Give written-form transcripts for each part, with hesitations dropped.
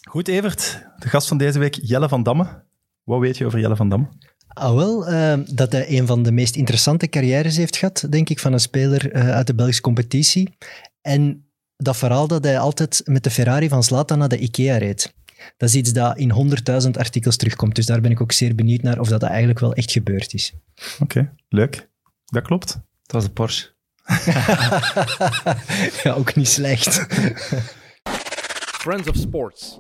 Goed, Evert. De gast van deze week, Jelle van Damme. Wat weet je over Jelle van Damme? Dat hij een van de meest interessante carrières heeft gehad, denk ik, van een speler uit de Belgische competitie. En dat verhaal dat hij altijd met de Ferrari van Zlatan naar de IKEA reed. Dat is iets dat in 100.000 artikels terugkomt. Dus daar ben ik ook zeer benieuwd naar of dat eigenlijk wel echt gebeurd is. Oké, leuk. Dat klopt. Het was een Porsche. Ja, ook niet slecht. Friends of Sports.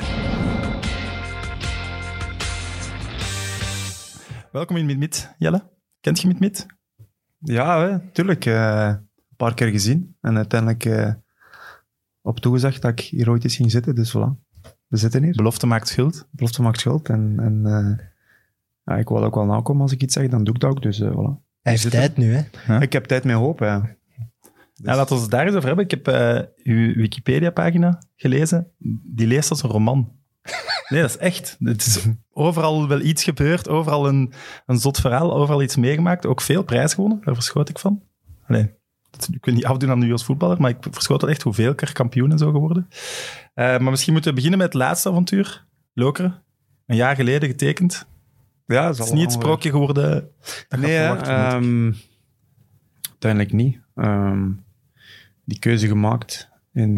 Welkom in Meet, Jelle. Kent je Meet? Ja, tuurlijk. Een paar keer gezien. En uiteindelijk op toegezegd dat ik hier ooit eens ging zitten. Dus voilà, we zitten hier. Belofte maakt schuld. Belofte maakt schuld. En ik wil ook wel nakomen als ik iets zeg, dan doe ik dat ook. Dus voilà. Hij heeft tijd nu, hè? Huh? Ik heb tijd met hoop, ja. Dus... Ja, laten we het daar eens over hebben. Ik heb uw Wikipedia-pagina gelezen. Die leest als een roman. Nee, dat is echt. Het is overal wel iets gebeurd, overal een zot verhaal, overal iets meegemaakt. Ook veel prijs gewonnen, daar verschoot ik van. Allee, ik wil niet afdoen aan u als voetballer, maar ik verschoot wel echt hoeveel keer kampioen en zo geworden. Maar misschien moeten we beginnen met het laatste avontuur. Lokeren, een jaar geleden getekend. Ja, Het is niet het sprookje geworden dat nee, je verwacht wordt. Uiteindelijk niet. Die keuze gemaakt in...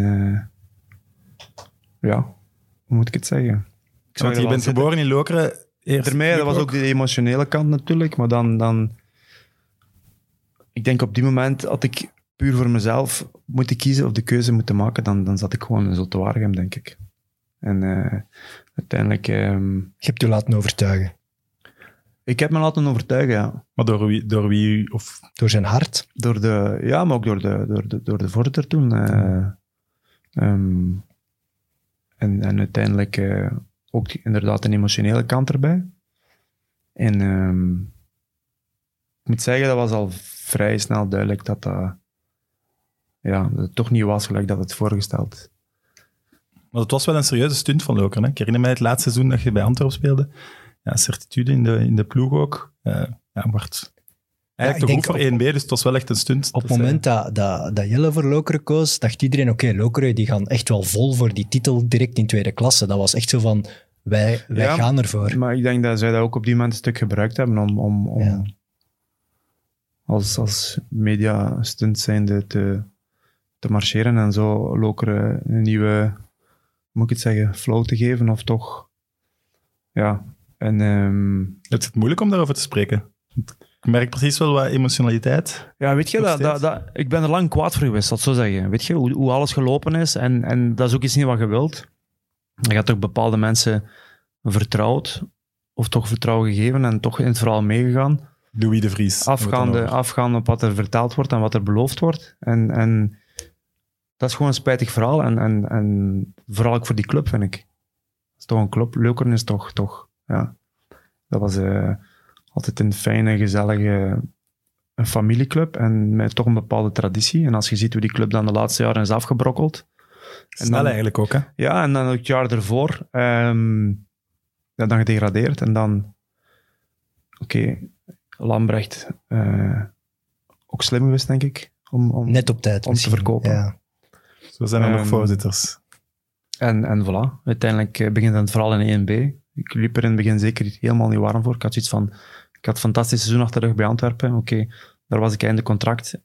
hoe moet ik het zeggen? Want je bent geboren in Lokeren. Voor mij, dat was ook de emotionele kant natuurlijk, maar dan... Ik denk op die moment had ik puur voor mezelf moeten kiezen of de keuze moeten maken, dan zat ik gewoon in Zottewaregem, denk ik. En uiteindelijk... Je hebt je laten overtuigen. Ik heb me laten overtuigen, ja. Maar door wie of... Door zijn hart? Maar ook door de voorzitter toen. En uiteindelijk ook inderdaad een emotionele kant erbij. En ik moet zeggen, dat was al vrij snel duidelijk dat het toch niet was gelijk dat het voorgesteld. Maar het was wel een serieuze stunt van Lokeren. Hè? Ik herinner mij het laatste seizoen dat je bij Antwerpen speelde. Ja, certitude in de ploeg ook. Wordt eigenlijk toch goed voor 1B, dus het was wel echt een stunt. Op het moment dat Jelle voor Lokeren koos, dacht iedereen, oké, Lokeren die gaan echt wel vol voor die titel direct in tweede klasse. Dat was echt zo van, wij gaan ervoor. Maar ik denk dat zij dat ook op die moment een stuk gebruikt hebben om als media stunt zijnde te marcheren en zo Lokeren een nieuwe, hoe moet ik het zeggen, flow te geven, of toch... Ja, en... Het is het moeilijk om daarover te spreken. Ik merk precies wel wat emotionaliteit. Ja, weet je, ik ben er lang kwaad voor geweest, dat zo zeggen. Weet je, hoe alles gelopen is. En dat is ook iets niet wat je wilt. Je hebt toch bepaalde mensen vertrouwd, of toch vertrouwen gegeven en toch in het verhaal meegegaan. Louis de Vries. Afgaan op wat er verteld wordt en wat er beloofd wordt. En dat is gewoon een spijtig verhaal. En vooral ook voor die club, vind ik. Het is toch een club. Lokeren is toch ja. Dat was... altijd een fijne, gezellige een familieclub en met toch een bepaalde traditie. En als je ziet hoe die club dan de laatste jaren is afgebrokkeld. Snel eigenlijk ook, hè? Ja, en dan het jaar ervoor dan gedegradeerd. En dan... Oké, Lambrecht ook slim geweest, denk ik. Om net op tijd om te verkopen. Ja. Zo zijn er nog voorzitters. En voilà. Uiteindelijk begint het verhaal in 1B. Ik liep er in het begin zeker helemaal niet warm voor. Ik had zoiets van... Ik had een fantastisch seizoen achter de rug bij Antwerpen. Oké, daar was ik einde contract.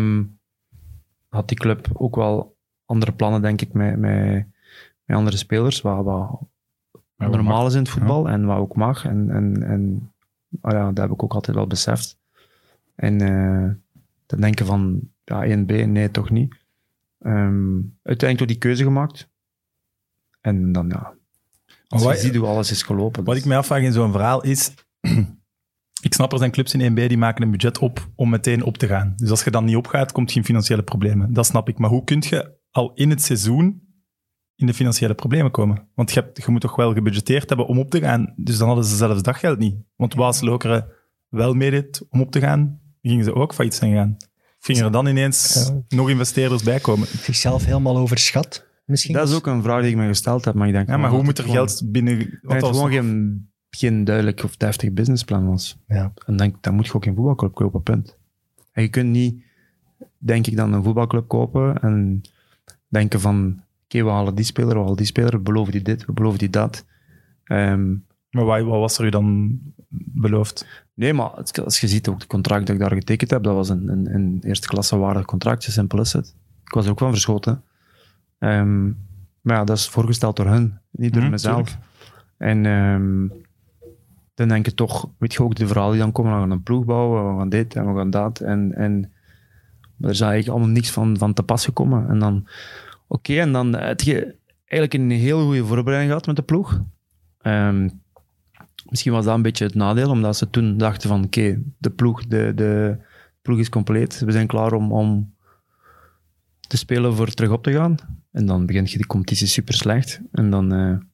Had die club ook wel andere plannen, denk ik, met andere spelers. Wat normaal is in het voetbal en wat ook mag. En dat heb ik ook altijd wel beseft. En te denken van, 1B, nee, toch niet. Uiteindelijk door die keuze gemaakt. En dan, ja... Als je ziet hoe alles is gelopen. Wat ik mij afvraag in zo'n verhaal is... Ik snap, er zijn clubs in 1B die maken een budget op om meteen op te gaan. Dus als je dan niet opgaat, komt je in financiële problemen. Dat snap ik. Maar hoe kun je al in het seizoen in de financiële problemen komen? Want je moet toch wel gebudgeteerd hebben om op te gaan. Dus dan hadden ze zelfs dat geld niet. Want was Lokeren wel meedeed om op te gaan, gingen ze ook failliet zijn gegaan. Gingen er dan ineens nog investeerders bij komen? Zichzelf helemaal overschat? Misschien dat is ook een vraag die ik me gesteld heb, maar ik denk... Ja, maar hoe moet er geld binnen... Ik denk dat het gewoon geen duidelijk of deftig businessplan was. Ja. En dan moet je ook geen voetbalclub kopen, punt. En je kunt niet, denk ik, dan een voetbalclub kopen en denken van, oké, we halen die speler, we beloven die dit, we beloven die dat. Maar wat was er u dan beloofd? Nee, maar als je ziet ook het contract dat ik daar getekend heb, dat was een eerste klasse waardig contract, zo simpel is het. Ik was er ook van verschoten. Maar ja, dat is voorgesteld door hun, niet door mezelf. Tuurlijk. En dan denk je toch, weet je ook de verhalen die dan komen, we gaan een ploeg bouwen, we gaan dit en we gaan dat. En er is eigenlijk allemaal niks van te pas gekomen. En dan, en dan heb je eigenlijk een heel goede voorbereiding gehad met de ploeg. Misschien was dat een beetje het nadeel, omdat ze toen dachten van de ploeg is compleet. We zijn klaar om te spelen voor terug op te gaan. En dan begint je die competitie super slecht. En dan,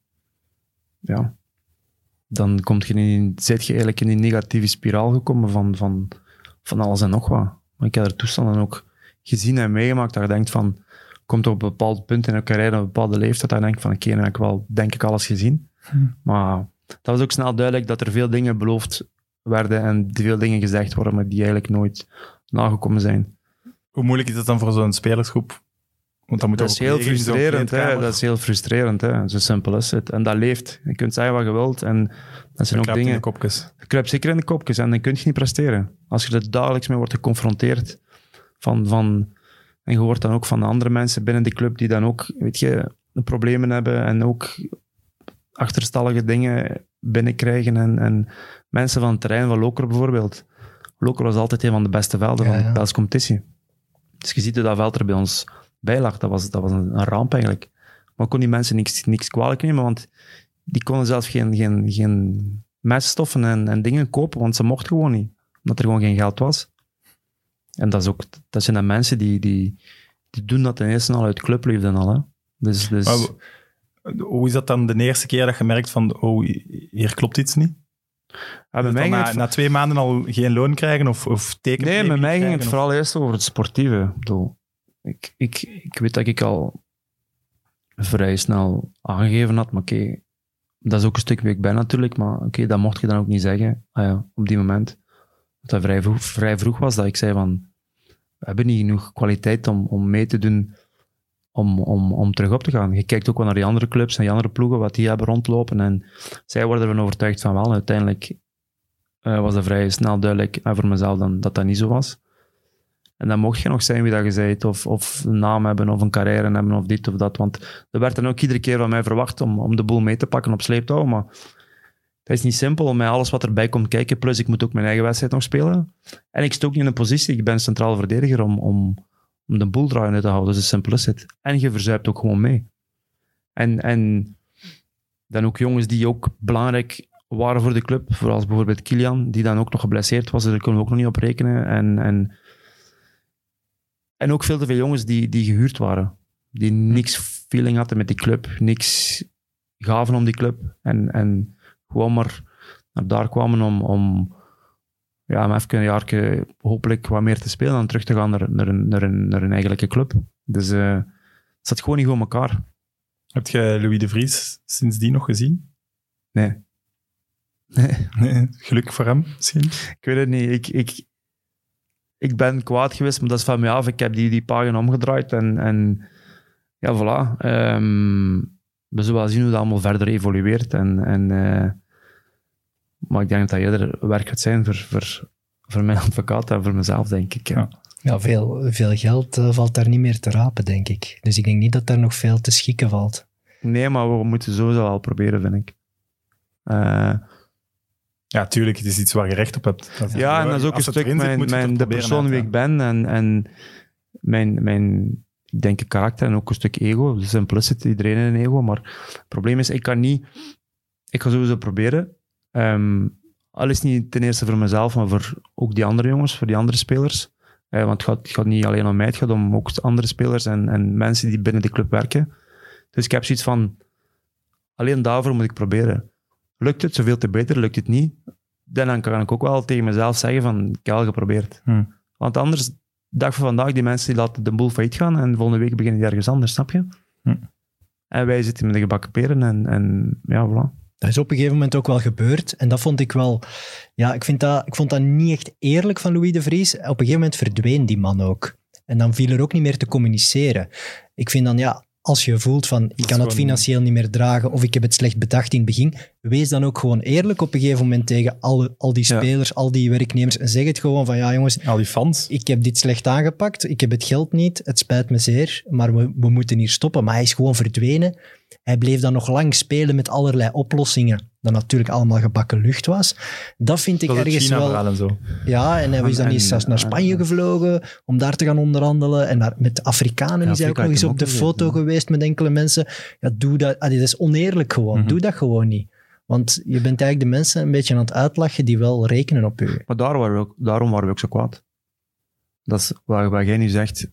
dan zit je eigenlijk in die negatieve spiraal gekomen van alles en nog wat. Maar ik heb er toestanden ook gezien en meegemaakt dat je denkt van, komt op een bepaald punt in je carrière, op een bepaalde leeftijd, dat je denkt van dan heb ik wel, denk ik, alles gezien. Maar dat was ook snel duidelijk dat er veel dingen beloofd werden en veel dingen gezegd worden, maar die eigenlijk nooit nagekomen zijn. Hoe moeilijk is dat dan voor zo'n spelersgroep? Want dan moet dat is heel frustrerend, hè? Dat is heel frustrerend, hè? Zo simpel is het. En dat leeft. Je kunt zeggen wat je wilt en dat zijn ook dingen... in de kopjes. Je kruipt zeker in de kopjes en dan kun je niet presteren. Als je er dagelijks mee wordt geconfronteerd en je hoort dan ook van andere mensen binnen die club die dan ook, weet je, problemen hebben en ook achterstallige dingen binnenkrijgen en mensen van het terrein van Lokeren bijvoorbeeld. Lokeren was altijd een van de beste velden van de Belgische competitie. Dus je ziet hoe dat veld er bij ons bij lag. Dat was een ramp eigenlijk. Maar kon die mensen niks kwalijk nemen, want die konden zelfs geen meststoffen en dingen kopen, want ze mochten gewoon niet. Omdat er gewoon geen geld was. En dat zijn dan mensen die doen dat ten eerste al uit clubliefde al. Hè. Dus... Maar, hoe is dat dan de eerste keer dat je merkt van, hier klopt iets niet? Ja, bij mij na 2 maanden al geen loon krijgen of tekenen? Nee, bij mij ging het vooral eerst over het sportieve. Ik bedoel, ik weet dat ik al vrij snel aangegeven had, maar dat is ook een stuk wie ik ben natuurlijk, maar dat mocht je dan ook niet zeggen op die moment. Dat vrij vroeg was, dat ik zei van, we hebben niet genoeg kwaliteit om mee te doen om terug op te gaan. Je kijkt ook wel naar die andere clubs en die andere ploegen, wat die hebben rondlopen. En zij worden ervan overtuigd van wel. Uiteindelijk was het vrij snel duidelijk voor mezelf dat niet zo was. En dan mocht je nog zijn wie dat je zei, of een naam hebben, of een carrière hebben, of dit of dat. Want er werd dan ook iedere keer van mij verwacht om de boel mee te pakken op sleeptouw. Maar dat is niet simpel, met alles wat erbij komt kijken. Plus, ik moet ook mijn eigen wedstrijd nog spelen. En ik sta ook niet in een positie, ik ben centraal verdediger om de boel draaiende te houden. Dus zo simpel is het. En je verzuipt ook gewoon mee. En dan ook jongens die ook belangrijk waren voor de club, zoals bijvoorbeeld Kilian, die dan ook nog geblesseerd was, daar kunnen we ook nog niet op rekenen. En ook veel te veel jongens die gehuurd waren, die niks feeling hadden met die club, niks gaven om die club. En gewoon maar naar daar kwamen om even een jaar hopelijk wat meer te spelen en terug te gaan naar een eigenlijke club. Dus het zat gewoon niet goed op elkaar. Heb je Louis de Vries sindsdien nog gezien? Nee. Nee, gelukkig voor hem misschien? Ik weet het niet. Ik ben kwaad geweest, maar dat is van mij af. Ik heb die pagina omgedraaid en ja, voilà. We zullen wel zien hoe dat allemaal verder evolueert. Maar ik denk dat dat eerder werk gaat zijn voor mijn advocaat en voor mezelf, denk ik. Ja, veel geld valt daar niet meer te rapen, denk ik. Dus ik denk niet dat daar nog veel te schikken valt. Nee, maar we moeten sowieso wel proberen, vind ik. Ja, tuurlijk, het is iets waar je recht op hebt. En dat is ook een stuk de persoon wie ik ben en mijn ik denk karakter en ook een stuk ego. Dus simplicity, iedereen een ego. Maar het probleem is, ik ga sowieso proberen. Al is het niet ten eerste voor mezelf, maar voor ook die andere jongens, voor die andere spelers. Want het gaat niet alleen om mij, het gaat om ook andere spelers en mensen die binnen de club werken. Dus ik heb zoiets van, alleen daarvoor moet ik proberen. Lukt het, zoveel te beter. Lukt het niet, dan kan ik ook wel tegen mezelf zeggen van, ik heb al geprobeerd. Want anders, dag van vandaag, die mensen die laten de boel failliet gaan en volgende week beginnen die ergens anders, snap je? En wij zitten met de gebakken peren en ja, voilà. Dat is op een gegeven moment ook wel gebeurd. En dat vond ik wel... Ja, ik vond dat niet echt eerlijk van Louis de Vries. Op een gegeven moment verdween die man ook. En dan viel er ook niet meer te communiceren. Ik vind dan, ja, als je voelt van, ik kan het gewoon- financieel niet meer dragen of ik heb het slecht bedacht in het begin, wees dan ook gewoon eerlijk op een gegeven moment tegen al die spelers, al die werknemers en zeg het gewoon van, ja jongens, Al die fans. ik heb dit slecht aangepakt, ik heb het geld niet, het spijt me zeer, maar we moeten hier stoppen. Maar hij is gewoon verdwenen. Hij bleef dan nog lang spelen met allerlei oplossingen, dat natuurlijk allemaal gebakken lucht was. Dat vind ik Dat is het ergens wel... China-verhaal en zo. Ja, en hij is dan En- eens zelfs naar Spanje gevlogen om daar te gaan onderhandelen. En met de Afrikanen Ja, is hij ook Afrika nog eens heeft op de hem ook foto gezeten, geweest met enkele mensen. Ja, doe dat. Dat is oneerlijk gewoon. Mhm. Doe dat gewoon niet. Want je bent eigenlijk de mensen een beetje aan het uitlachen die wel rekenen op u. Maar daarom waren we ook zo kwaad. Dat is wat jij nu zegt,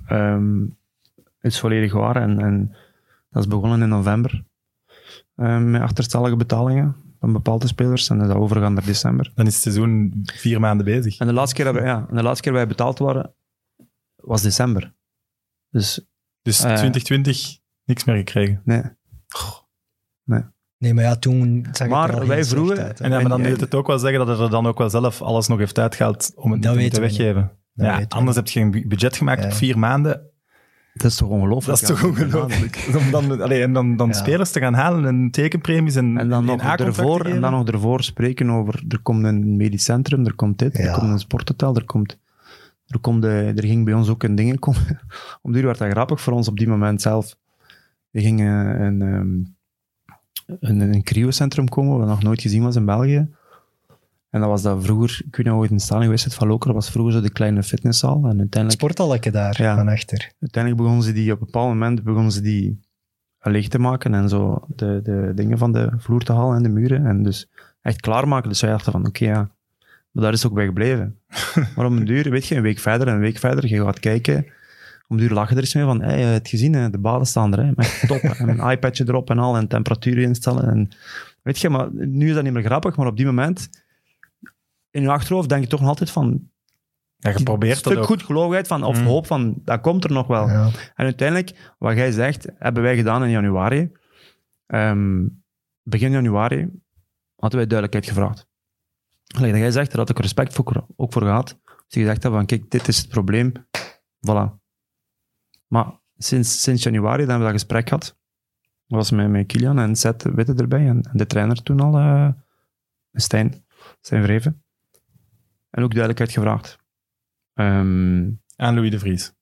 is volledig waar. En dat is begonnen in november met achterstallige betalingen van bepaalde spelers. En dat is overgegaan naar december. Dan is het seizoen 4 maanden bezig. En de laatste keer dat wij betaald waren, was december. Dus Dus 2020 niks meer gekregen. nee. Nee, maar ja, toen zag Maar het er al wij heel slecht vroegen- uit, hè. En ja, maar dan En- wil het ook wel zeggen dat hij er dan ook wel zelf alles nog heeft uitgehaald om het Dat niet te weten moeten we weggeven. Dat Ja, weten we anders heb je geen budget gemaakt Ja. op 4 maanden. Dat is toch ongelooflijk? Dat is toch ongelooflijk. En dan Ja. spelers te gaan halen en tekenpremies en En dan, een nog A-contract te ervoor, geven. en dan nog ervoor spreken over, er komt een medisch centrum, er komt dit, er Ja. komt een sporthotel, er ging bij ons ook een ding komen. Om die werd dat grappig voor ons op die moment zelf. Er ging een cryocentrum komen, wat nog nooit gezien was in België. En dat was dat vroeger, ik weet niet hoe het in Staling geweest is van Lokeren, was vroeger zo de kleine fitnesszaal. En uiteindelijk Sporthalletje daar, Ja. van achter. begonnen ze die op een bepaald moment leeg te maken en zo de dingen van de vloer te halen en de muren. En dus echt klaarmaken. Dus wij dachten van, oké, ja. Maar daar is ook bij gebleven. Maar om een duur, weet je, een week verder, je gaat kijken. Om een duur lachen er eens mee van, hey, je hebt het gezien, hè, de baden staan er, hè, met top. En een iPadje erop en al, en temperatuur instellen. En, weet je, maar nu is dat niet meer grappig, maar op die moment, in je achterhoofd denk je toch nog altijd van, Ja, je een probeert dat stuk ook. goed geloofheid van, of hoop van, dat komt er nog wel. Ja. En uiteindelijk, wat jij zegt, hebben wij gedaan in januari. Begin januari hadden wij duidelijkheid gevraagd. Allee, dat jij zegt, daar had ik respect ook voor gehad. Dus je gezegd hebben van, kijk, dit is het probleem. Voilà. Maar sinds januari dan hebben we dat gesprek gehad. Dat was met Kilian en Seth Witte erbij. En de trainer toen al, Stijn Vreven. En ook duidelijkheid gevraagd. Aan Louis de Vries.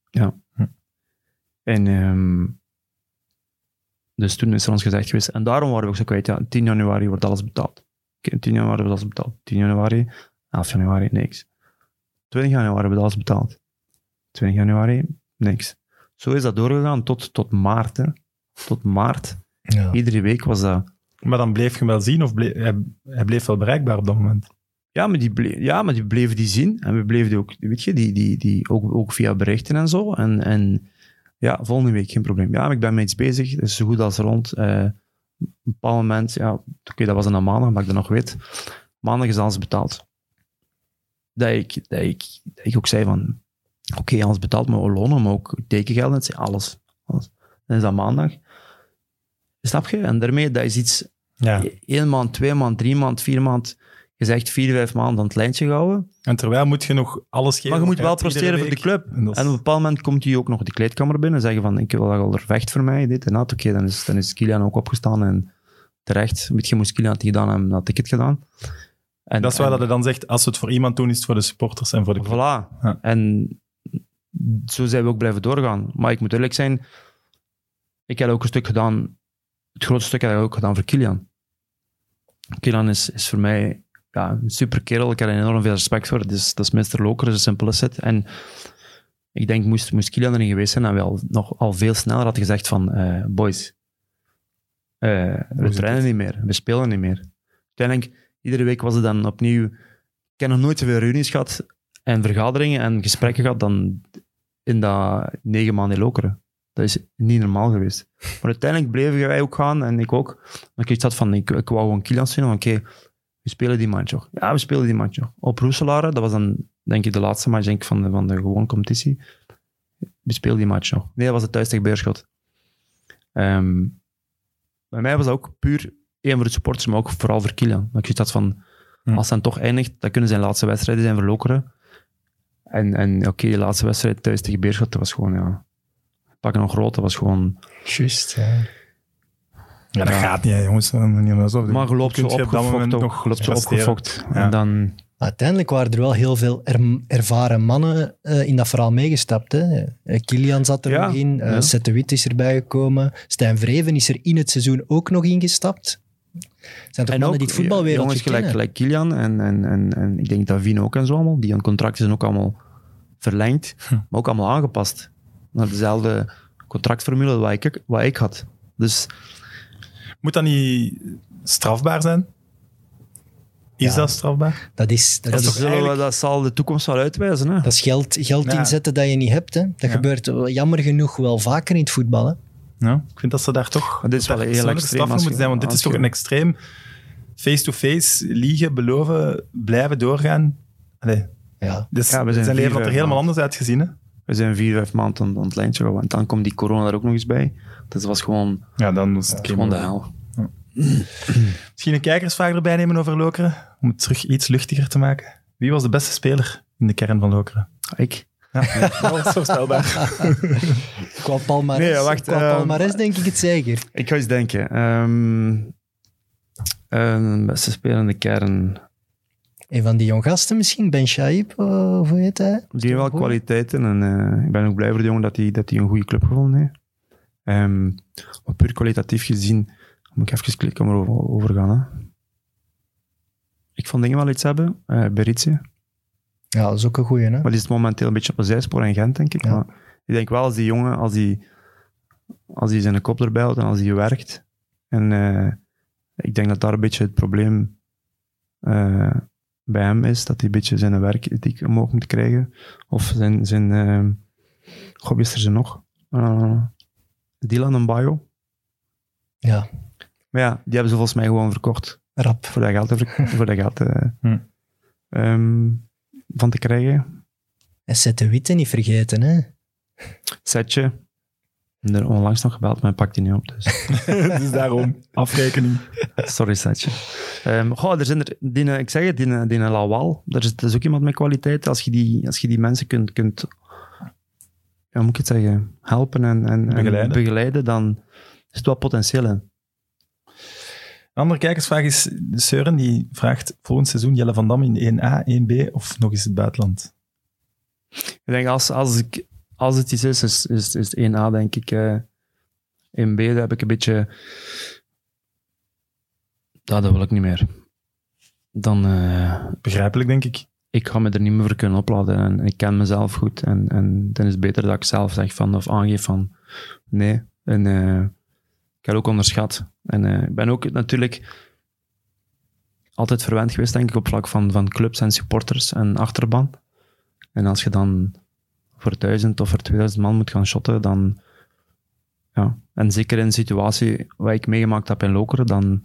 En dus toen is er ons gezegd geweest, en daarom waren we ook zo kwijt, ja, 10 januari wordt alles betaald. Oké, 10 januari wordt alles betaald. 10 januari, 11 januari, niks. 20 januari wordt alles betaald. 20 januari, niks. Zo is dat doorgegaan tot maart. Hè. Tot maart. Ja. Iedere week was dat... Maar dan bleef je hem wel zien, of hij bleef wel bereikbaar op dat moment. Ja, maar die bleven die zien. En we bleven die ook, weet je, die ook via berichten en zo. En ja, volgende week geen probleem. Ja, maar ik ben met iets bezig, het is zo goed als rond. Op een bepaald moment, ja, oké, dat was dan maandag, maar ik dat nog weet. Maandag is alles betaald. Dat ik ook zei van, oké, alles betaald, maar lonen, maar ook tekengeld, en alles. Dan is dat maandag. Snap je? En daarmee, dat is iets... Ja. 1 maand, 2 maand, 3 maand, 4 maand. Je zegt 4-5 maanden aan het lijntje gehouden. En terwijl moet je nog alles geven. Maar je moet wel iedere presteren voor de week. club. En dat is- En op een bepaald moment komt hij ook nog de kleedkamer binnen en zeggen van, ik wil dat al er vecht voor mij, dit en dat. Oké, dan is Kilian ook opgestaan en terecht. Weet je, moest Kilian het niet gedaan hebben, dan had ik het gedaan. En, Dat is waar dat hij dan zegt, als we het voor iemand doen, is het voor de supporters en voor de club. Voilà. Ja. En zo zijn we ook blijven doorgaan. Maar ik moet eerlijk zijn, ik heb ook een stuk gedaan, het grootste stuk heb ik ook gedaan voor Kilian. Kilian is voor mij een super kerel, ik heb er enorm veel respect voor. Dat is Mr. Lokeren, zo simpel is het. En ik denk, moest Kilian erin geweest zijn, en wel nog al veel sneller had gezegd van, boys, we trainen niet meer, we spelen niet meer. Uiteindelijk, iedere week was het dan opnieuw... Ik heb nog nooit zoveel reunies gehad en vergaderingen en gesprekken gehad dan in dat 9 maanden in Lokeren. Dat is niet normaal geweest. Maar uiteindelijk bleven wij ook gaan en ik ook. Dan ik had van, ik wou gewoon Kilian zien. Oké, we spelen die match nog. Ja, we spelen die match nog. Op Roeselare, dat was dan denk ik de laatste match denk ik, van de gewone competitie. We spelen die match nog. Nee, dat was het thuis tegen Beerschot. Bij mij was dat ook puur één voor de supporters, maar ook vooral voor Kilian. Maar ik had van, als het dan toch eindigt, dat kunnen zijn laatste wedstrijden zijn voor Lokeren. En oké, die laatste wedstrijd thuis tegen Beerschot, dat was gewoon, ja... pakken nog rood. Dat was gewoon... Juist, ja. Ja, dat gaat niet, hè, jongens. Maar je loopt zo Kun je op dat moment opgefokt ook. nog Je loopt zo presteren. opgefokt. Ja. En dan... Uiteindelijk waren er wel heel veel ervaren mannen in dat verhaal meegestapt. Hè. Kilian zat er Ja, nog in, ja. Seth de Wit is erbij gekomen, Stijn Vreven is er in het seizoen ook nog ingestapt. Zijn toch mannen die het voetbalwereldje jongens kennen? gelijk Kilian en ik denk Davine ook en zo allemaal. Die aan contracten zijn ook allemaal verlengd, maar ook allemaal aangepast. Naar dezelfde contractformule wat ik had. Dus Moet dat niet strafbaar zijn? Is Ja. dat strafbaar? Dat is dat zal de toekomst wel uitwijzen. Hè? Dat is geld Ja. inzetten dat je niet hebt. Hè. Dat gebeurt jammer genoeg wel vaker in het voetbal. Hè. Ja, ik vind dat ze daar toch... Maar dit is wel daar heel strengere extreem straffen als je- moeten zijn, want dit als is toch je- een extreem face-to-face liegen, beloven, blijven doorgaan. Allee, Ja. dus Ja, we zijn zijn leven 4-5 had er helemaal maanden. anders uitgezien. Hè? We zijn 4-5 maanden aan het lijntje gegaan. En dan komt die corona er ook nog eens bij. Dus dat was gewoon, Ja, dan was het gewoon de hel. Misschien een kijkersvraag erbij nemen over Lokeren, om het terug iets luchtiger te maken. Wie was de beste speler in de kern van Lokeren? Ik? Ja, dat was voorstelbaar. Qua palmares, Nee, wacht, qua palmares denk ik het zeker. Ik ga eens denken. Beste speler in de kern. Een van die jong gasten misschien, Ben Shaib, of hoe heet hij? Die heeft wel Goed. kwaliteiten. En ik ben ook blij voor de jongen dat hij een goede club gevonden heeft. Maar puur kwalitatief gezien, moet ik even klikken om erover te gaan. Hè. Ik vond dingen wel iets hebben. Beritje. Ja, dat is ook een goeie, hè? Maar die is momenteel een beetje op een zijspoor in Gent, denk ik. Ja. Maar ik denk wel, als die jongen, als hij zijn kop erbij houdt en als hij werkt. En ik denk dat daar een beetje het probleem bij hem is, dat hij een beetje zijn werkethiek omhoog moet krijgen. Of zijn goh, wie is er ze nog? Dylan Mbayo. Ja, Maar ja, die hebben ze volgens mij gewoon verkocht. rap. Voor dat geld, voor dat geld van te krijgen. En Seth de Witte niet vergeten, hè? Setje. Er onlangs nog gebeld, maar hij pakt die niet op. Dus. Dus daarom, afrekening. Sorry, Setje. Er zijn er, ik zeg het, die Lawal, dat is ook iemand met kwaliteit. Als je die mensen kunt ja, moet ik het zeggen, helpen en begeleiden, dan is het wel potentieel in. Een andere kijkersvraag is, Søren die vraagt volgend seizoen Jelle van Damme in 1A, 1B of nog eens het buitenland? Ik denk, als het iets is het 1A, denk ik. 1B, daar heb ik een beetje... Dat wil ik niet meer. Dan... Begrijpelijk, denk ik. ik ga me er niet meer voor kunnen opladen en ik ken mezelf goed en dan is het beter dat ik zelf zeg van, of aangeef van nee. En ik heb ook onderschat. En ik ben ook natuurlijk altijd verwend geweest, denk ik, op vlak van clubs en supporters en achterban. En als je dan voor 1000 of voor 2000 man moet gaan shotten, dan ja. En zeker in een situatie waar ik meegemaakt heb in Lokeren, dan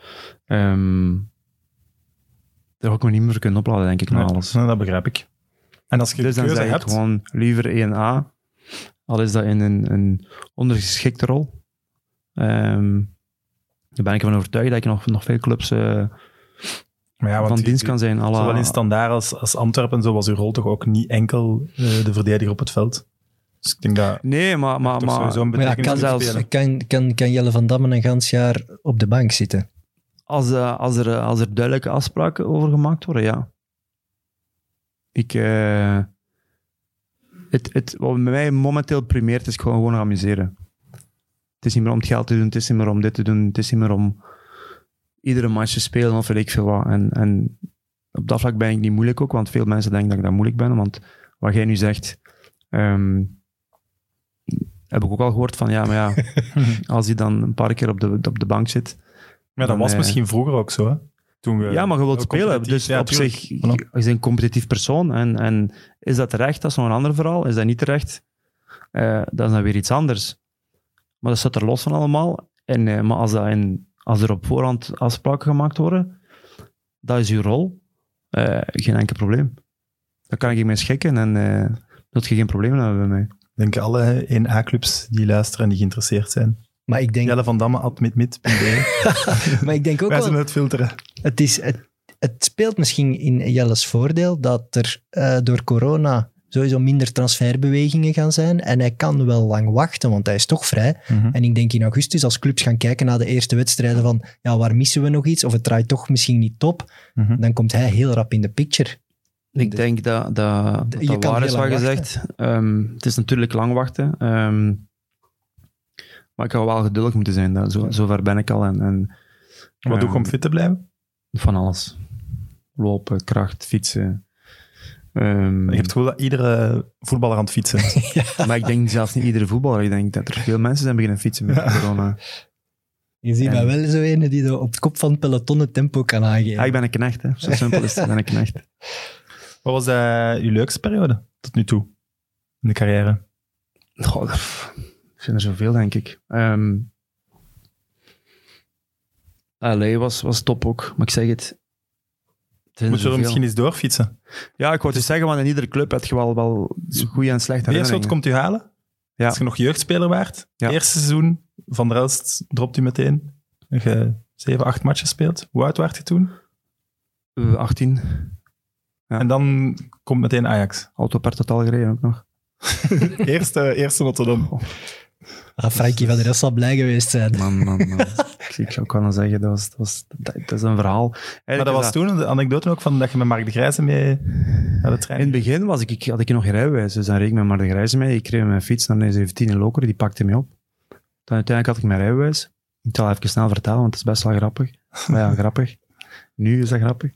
daar ga ik me niet meer kunnen opladen, denk ik, na alles. Nee, dat begrijp ik. En als je Dus de dan keuze zeg ik hebt... gewoon liever 1A, al is dat in een ondergeschikte rol. Daar ben ik ervan overtuigd dat ik nog veel clubs Maar ja, want van dienst kan zijn. zowel in Standaard als Antwerpen, zo was uw rol toch ook niet enkel de verdediger op het veld. Dus ik denk dat... Nee, maar sowieso een Maar ja, betekenis kan moet zelfs- spelen. kan Jelle van Damme een gans jaar op de bank zitten? als er duidelijke afspraken over gemaakt worden, ja. Wat bij mij momenteel primeert, is gewoon amuseren. Het is niet meer om het geld te doen, het is niet meer om dit te doen, het is niet meer om iedere match te spelen of weet ik veel wat. En op dat vlak ben ik niet moeilijk ook, want veel mensen denken dat ik dat moeilijk ben, want wat jij nu zegt, heb ik ook al gehoord van, ja, maar ja, als hij dan een paar keer op de bank zit... Maar dat dan, was misschien vroeger ook zo, hè? Toen we ja, maar je wilt ook spelen. competitief- Dus ja, op tuurlijk. zich, Voilà. je bent een competitief persoon. En is dat terecht? Dat is nog een ander verhaal. Is dat niet terecht? Dat is dan weer iets anders. Maar dat staat er los van allemaal. En, maar als er op voorhand afspraken gemaakt worden, dat is uw rol. Geen enkel probleem. Dan kan ik mee schikken en dat je geen probleem hebben bij mij. Ik denk alle 1A-clubs die luisteren en die geïnteresseerd zijn. Maar ik denk, Jelle van Damme, maar ik denk ook Wij zullen wel, het filteren. het speelt misschien in Jelle's voordeel dat er door corona sowieso minder transferbewegingen gaan zijn. En hij kan wel lang wachten, want hij is toch vrij. En ik denk in augustus, als clubs gaan kijken naar de eerste wedstrijden van ja, waar missen we nog iets? Of het draait toch misschien niet top. Dan komt hij heel rap in de picture. Ik denk dat Je kan waar heel is lang wat gezegd. Het is natuurlijk lang wachten. Maar ik ga wel geduldig moeten zijn. Zover ben ik al. Wat doe je om fit te blijven? Van alles. Lopen, kracht, fietsen. Je hebt het gevoel dat iedere voetballer aan het fietsen is. Maar ik denk zelfs niet iedere voetballer. Ik denk dat er veel mensen zijn beginnen fietsen met corona. Je ziet mij wel zo ene die zo op het kop van het peloton het tempo kan aangeven. Ja, ik ben een knecht. Hè. Zo simpel is het. Ik ben een knecht. Wat was uw leukste periode tot nu toe in de carrière? Goh, ik vind er zoveel, denk ik. LA was top ook, maar ik zeg het. Moet je er misschien eens doorfietsen? Ja, ik wou het zeggen, want in iedere club heb je wel goede en slechte Beerschot herinneringen. komt u halen? Ja. Als je nog jeugdspeler waart. Ja. Eerste seizoen, Van der Elst dropt u meteen. En je 7, 8 matches speelt. Hoe oud werd je toen? 18. Ja. En dan komt meteen Ajax. Auto per totaal gereden ook nog. Eerste Rotterdam. Frankie van der Rest zal blij geweest zijn. Man. Ik zou kunnen zeggen, dat is een verhaal. Maar dat was toen de anekdote ook van dat je met Mark de Grijze mee naar de trein. In het begin had ik nog geen rijbewijs, dus dan reed ik met Mark de Grijze mee. Ik reed mijn fiets naar de 17 in Lokeren, die pakte me op. Dan uiteindelijk had ik mijn rijbewijs. Ik zal even snel vertellen, want het is best wel grappig. Maar ja, grappig. Nu is dat grappig.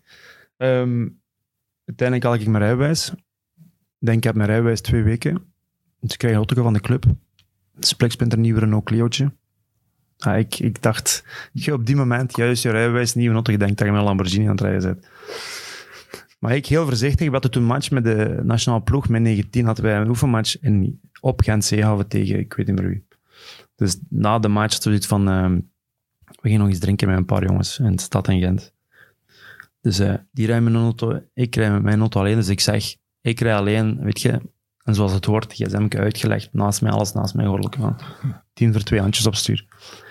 Uiteindelijk had ik mijn rijbewijs. Ik heb mijn rijbewijs 2 weken. Dus ik krijg een auto van de club. Spliksplinter nieuwe Renault Clio'tje. Ja, ik dacht, op die moment, juist je rijbewijs, nieuwe auto, je denkt dat je met een Lamborghini aan het rijden bent. Maar ik heel voorzichtig, we hadden toen een match met de nationale ploeg, met 19 hadden wij een oefenmatch op Gent-Zeehaven tegen, ik weet niet meer wie. Dus na de match was het van, we gingen nog eens drinken met een paar jongens in de stad in Gent. Dus die rijden met een auto, ik rij met mijn auto alleen, dus ik zeg, ik rij alleen, weet je. En zoals het hoort, gsm uitgelegd, naast mij, alles naast mij, gordel. 10 voor 2 handjes op stuur.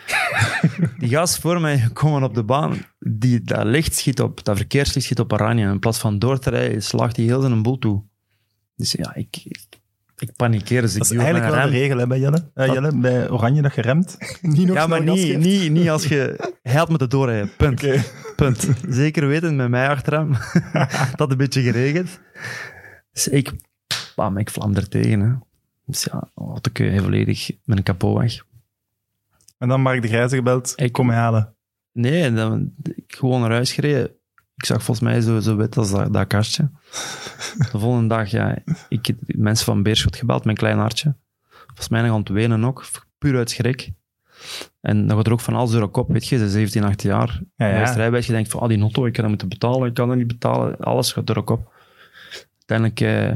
Die gast voor mij komen op de baan, dat licht schiet op, dat verkeerslicht schiet op oranje. In plaats van door te rijden, slaagt hij heel zijn boel toe. Dus ja, ik panikeer. Dus dat is eigenlijk wel de regel hè, bij Jelle. Jelle, bij oranje dat je remt. Niet nog ja, maar niet als je... Hij had me te doorrijden, punt. Okay. Punt. Zeker weten, met mij achter hem, dat een beetje geregend. Dus ik vlam er tegen. Hè. Dus ja, had ik volledig met een kapot weg. En dan Mark de Grijze gebeld, ik kom me halen. Nee, dan ik gewoon naar huis gereden. Ik zag volgens mij zo wit als dat kastje. De volgende dag, ja, ik heb mensen van Beerschot gebeld, mijn klein hartje. Volgens mij nog aan het wenen ook, puur uit schrik. En dan gaat er ook van alles door de kop, weet je, ze is 17, 18 jaar. Ja. Rijbewijs, je denkt van, die notto, ik kan dat moeten betalen, ik kan dat niet betalen. Alles gaat door de kop. Uiteindelijk,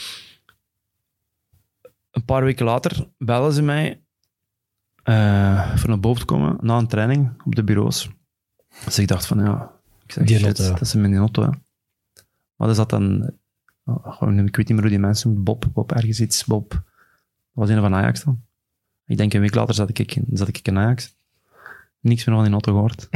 een paar weken later, bellen ze mij voor naar boven te komen, na een training op de bureaus. Dus ik dacht van, ja, ik zeg, shit, dat is mijn auto. Hè. Maar er zat dan, ik weet niet meer hoe die mensen noemen, Bob ergens iets, Bob. Dat was een van Ajax dan. Ik denk een week later zat ik in Ajax. Niks meer van die auto gehoord.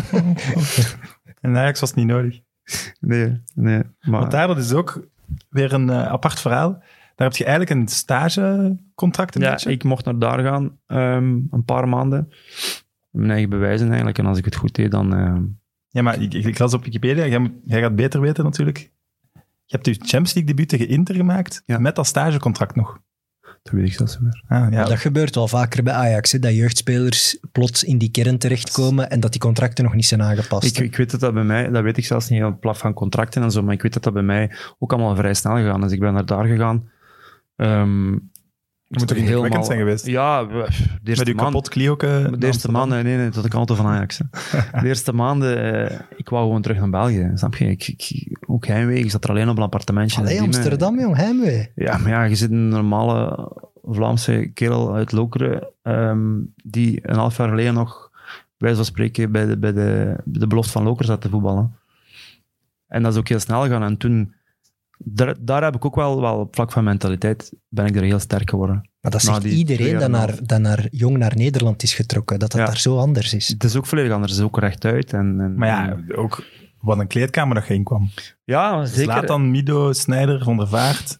En Ajax was niet nodig. Nee. Maar... Want daar, dat is ook weer een apart verhaal. Daar heb je eigenlijk een stagecontract een beetje. Ik mocht naar daar gaan, een paar maanden. Mijn eigen bewijzen eigenlijk. En als ik het goed deed, dan... Ja, maar ik las op Wikipedia, jij gaat beter weten natuurlijk. Je hebt je Champions League debuut tegen Inter gemaakt, met dat stagecontract nog. Dat weet ik zelfs niet meer. Ja. Dat gebeurt wel vaker bij Ajax, hè, dat jeugdspelers plots in die kern terechtkomen en dat die contracten nog niet zijn aangepast. Ik weet dat bij mij, dat weet ik zelfs niet, op plat van contracten en zo, maar ik weet dat bij mij ook allemaal vrij snel gegaan. Dus ik ben naar daar gegaan. Het moet toch indrukwekkend zijn geweest? Ja, de eerste met uw kapot Clio'ke. De eerste maanden, nee, dat ik altijd van Ajax. De eerste maanden, ik wou gewoon terug naar België, snap je? Ook heimwee, ik zat er alleen op een appartementje. Allee, Amsterdam, jong, heimwee. Ja, maar ja, je zit een normale Vlaamse kerel uit Lokeren, die een half jaar geleden nog, bij wijze van spreken, bij de belofte van Lokeren zat te voetballen. En dat is ook heel snel gegaan. En toen... Daar heb ik ook wel op vlak van mentaliteit ben ik er heel sterk geworden. Maar dat zegt iedereen dat jong naar Nederland is getrokken, dat daar zo anders is. Het is ook volledig anders, het is ook rechtuit. Maar ja, ook wat een kleedkamer dat je in kwam. Ja, zeker. Zlatan, Mido, Sneijder, Van der Vaart.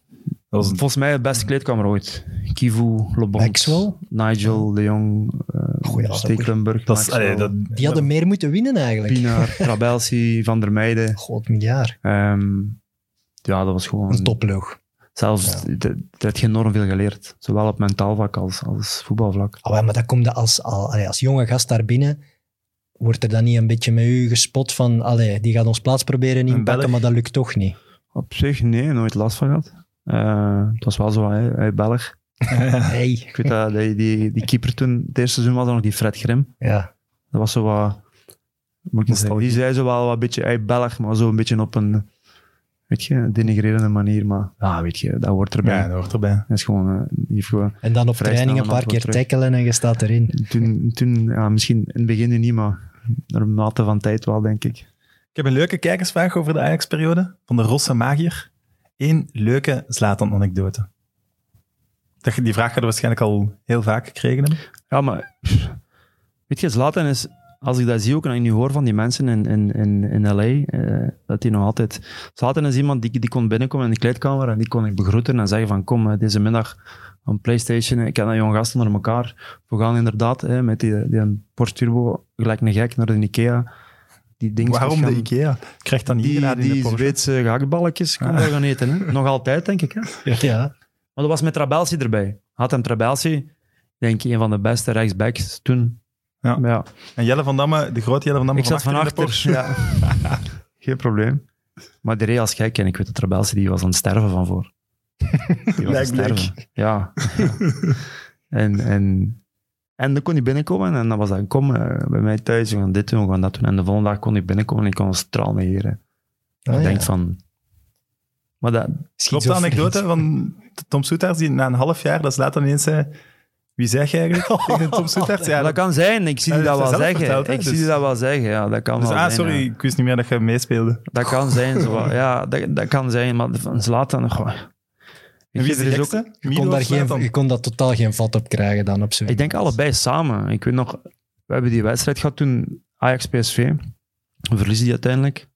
Volgens mij het beste kleedkamer ooit. Kivu, LeBond, Maxwell? Nigel, De Jong, Goeie, dat is Stekelenburg, Dat is, Maxwell, Die hadden meer moeten winnen eigenlijk. Pienaar, Trabelsi, Van der Meijden. God, miljard. Ja, dat was gewoon... Een topploeg. Zelfs, dat heeft je enorm veel geleerd. Zowel op mentaal vlak als voetbalvlak. Oh, maar dat komt als jonge gast daar binnen. Wordt er dan niet een beetje met u gespot van die gaat ons plaats proberen inpakken, Belg. maar dat lukt toch niet? Op zich, nee, nooit last van gehad. Het was wel zo, hij Belg. Hey. Ik weet dat die keeper toen, het eerste seizoen was er nog die Fred Grim. Ja. Dat was zo wat... Moet ik zeggen, die zei zo wel wat beetje, hij Belg, maar zo een beetje op een, weet je, denigrerende manier. Maar ja, weet je, dat hoort erbij. Ja, dat hoort erbij. Dat is gewoon, die heeft gewoon... En dan op Vrij training snel een paar een keer antwoord tackelen en je staat erin. Toen ja, misschien in het begin niet, maar naar mate van tijd wel, denk ik. Ik heb een leuke kijkersvraag over de Ajax-periode van de Rosse Magier. 1 leuke Zlatan-anekdote. Die vraag hadden we waarschijnlijk al heel vaak gekregen hebben. Ja, maar weet je, Zlatan is, als ik dat zie ook en ik nu hoor van die mensen in LA, dat die nog altijd... Zlatan is iemand die kon binnenkomen in de kleedkamer en die kon ik begroeten en zeggen van kom, deze middag een PlayStation, ik heb een jonge gast onder elkaar. We gaan inderdaad met die Porsche Turbo gelijk een gek naar de Ikea. Die dingetjes Waarom de gaan- Ikea? Krijgt dat niet gedaan in de Die Porsche? Zweedse gehaktballetjes kunnen we gaan eten. Hè? Nog altijd, denk ik. Hè? Ja. Maar dat was met Trabelsi erbij. Had hem Trabelsi, denk ik, een van de beste rechtsbacks toen. Ja. Maar ja, En Jelle van Damme, de grote Jelle van Damme ik zat van in de achter. Porsche. Ja. Geen probleem. Maar die reed als gek en ik weet dat Trabelsi die was aan het sterven van voor. Die was aan het Blijkbaar. sterven. Ja. En dan kon hij binnenkomen en dan was dat, kom bij mij thuis, we gaan dit doen, we gaan dat doen. En de volgende dag kon hij binnenkomen en ik kon een straal negeren. Ik denk van... Maar dat, Klopt de anekdote van Tom Soetaerts, die na een half jaar, dat Zlatan ineens zei, wie zeg je eigenlijk tegen Tom Soetaerts? Ja, dat kan zijn, ik zie Ja, die dat dat wel heeft hij zelf zeggen. verteld, hè, Ik zie dus- die dat wel zeggen, ja, dat kan dus, wel zijn. sorry, Ja. ik wist niet meer dat je meespeelde. Dat kan zijn, zo wat. Ja, dat kan zijn, maar van Zlatan... Goh. En wie is de Er is gekste? Je kon daar totaal geen vat op krijgen dan op zo'n... Ik denk allebei samen. Ik weet nog, we hebben die wedstrijd gehad toen, Ajax-PSV. We verliezen die uiteindelijk.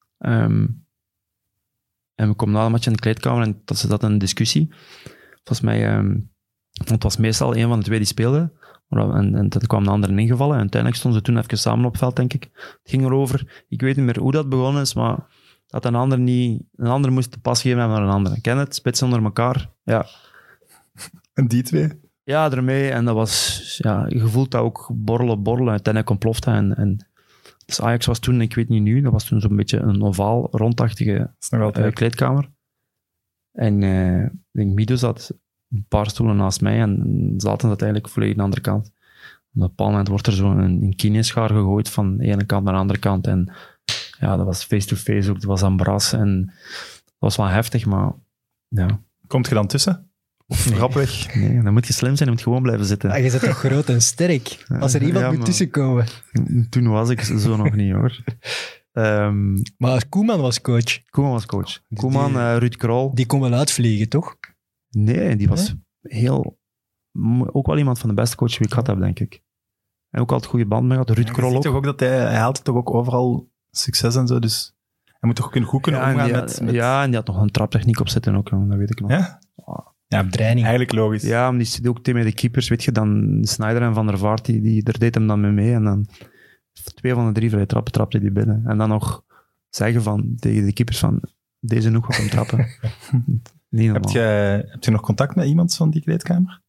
En we komen na de match in de kleedkamer en dat zat een discussie. Volgens mij, want het was meestal een van de twee die speelde. En dat kwam de andere ingevallen. En uiteindelijk stonden ze toen even samen op het veld, denk ik. Het ging erover, ik weet niet meer hoe dat begonnen is, maar dat een ander moest de pas geven naar een ander. Ken het? Spitsen onder elkaar. Ja. En die twee? Ja, ermee. En dat was... Ja, je voelt dat ook borrelen. Uiteindelijk ontplofte. En dus Ajax was toen, ik weet niet nu, dat was toen zo'n beetje een ovaal, rondachtige Dat is nog altijd. kleedkamer. En ik denk, Mido zat een paar stoelen naast mij en Zlatan zat eigenlijk volledig aan de andere kant. Op een bepaald moment wordt er zo een kineschaar gegooid van de ene kant naar de andere kant. En ja, dat was face-to-face ook. Dat was ambras. En dat was wel heftig, maar ja. Komt je dan tussen? Of rapweg? Nee, dan moet je slim zijn, je moet gewoon blijven zitten. Ah, je bent toch groot en sterk? Als er iemand Ja, moet maar- tussenkomen. Toen was ik zo nog niet, hoor. Maar Koeman was coach. Koeman was coach. Koeman, Ruud Krol. Die kon wel uitvliegen, toch? Nee, die was ook wel iemand van de beste coaches die ik gehad heb, denk ik. En ook altijd goede band mee gehad. Ruud Je Krol ziet ook. toch ook dat hij haalt toch ook overal succes en zo, dus hij moet toch goed kunnen Ja, en omgaan die, met... ja, en die had nog een traptechniek op zitten ook, jongen, dat weet ik nog. Ja? Ja, Training. eigenlijk logisch. Ja, maar die zit ook tegen de keepers, weet je, dan Sneijder en Van der Vaart, daar deed hem dan mee en dan 2 van de 3 vrije trappen trapte die binnen. En dan nog zeggen van, tegen de keepers van, deze nog op hem trappen. Niet normaal. Heb je nog contact met iemand van die kleedkamer?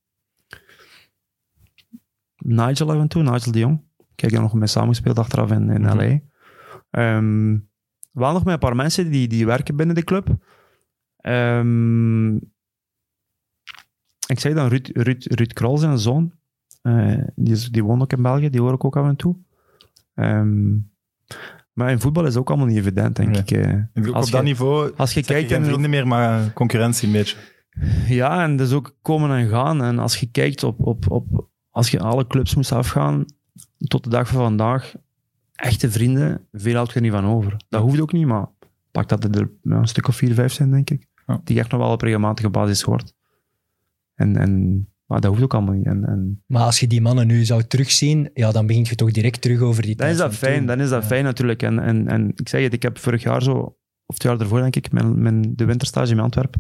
Nigel af en toe, Nigel de Jong. Ik heb daar nog mee samengespeeld achteraf in LA. Wel nog met een paar mensen die werken binnen de club. Ik zei dan Ruud Krol, zijn zoon. Die woont ook in België, die hoor ik ook af en toe. Maar in voetbal is het ook allemaal niet evident, denk Nee. ik. Op Als dat je- niveau Als je zeg je kijkt... geen en- vrienden meer, maar concurrentie een beetje. Ja, en dus ook komen en gaan. En als je kijkt op als je alle clubs moest afgaan, tot de dag van vandaag, echte vrienden, veel houdt je er niet van over. Dat hoeft ook niet, maar pak dat er een stuk of 4, 5 zijn, denk ik. Ja. Die je echt nog wel op regelmatige basis hoort. Maar dat hoeft ook allemaal niet. Maar als je die mannen nu zou terugzien, ja, dan begint je toch direct terug over die Dan is tijd dat van fijn, toen. dan is dat Ja. fijn natuurlijk. En ik zeg het, ik heb vorig jaar zo, of het jaar ervoor denk ik, de winterstage in Antwerpen,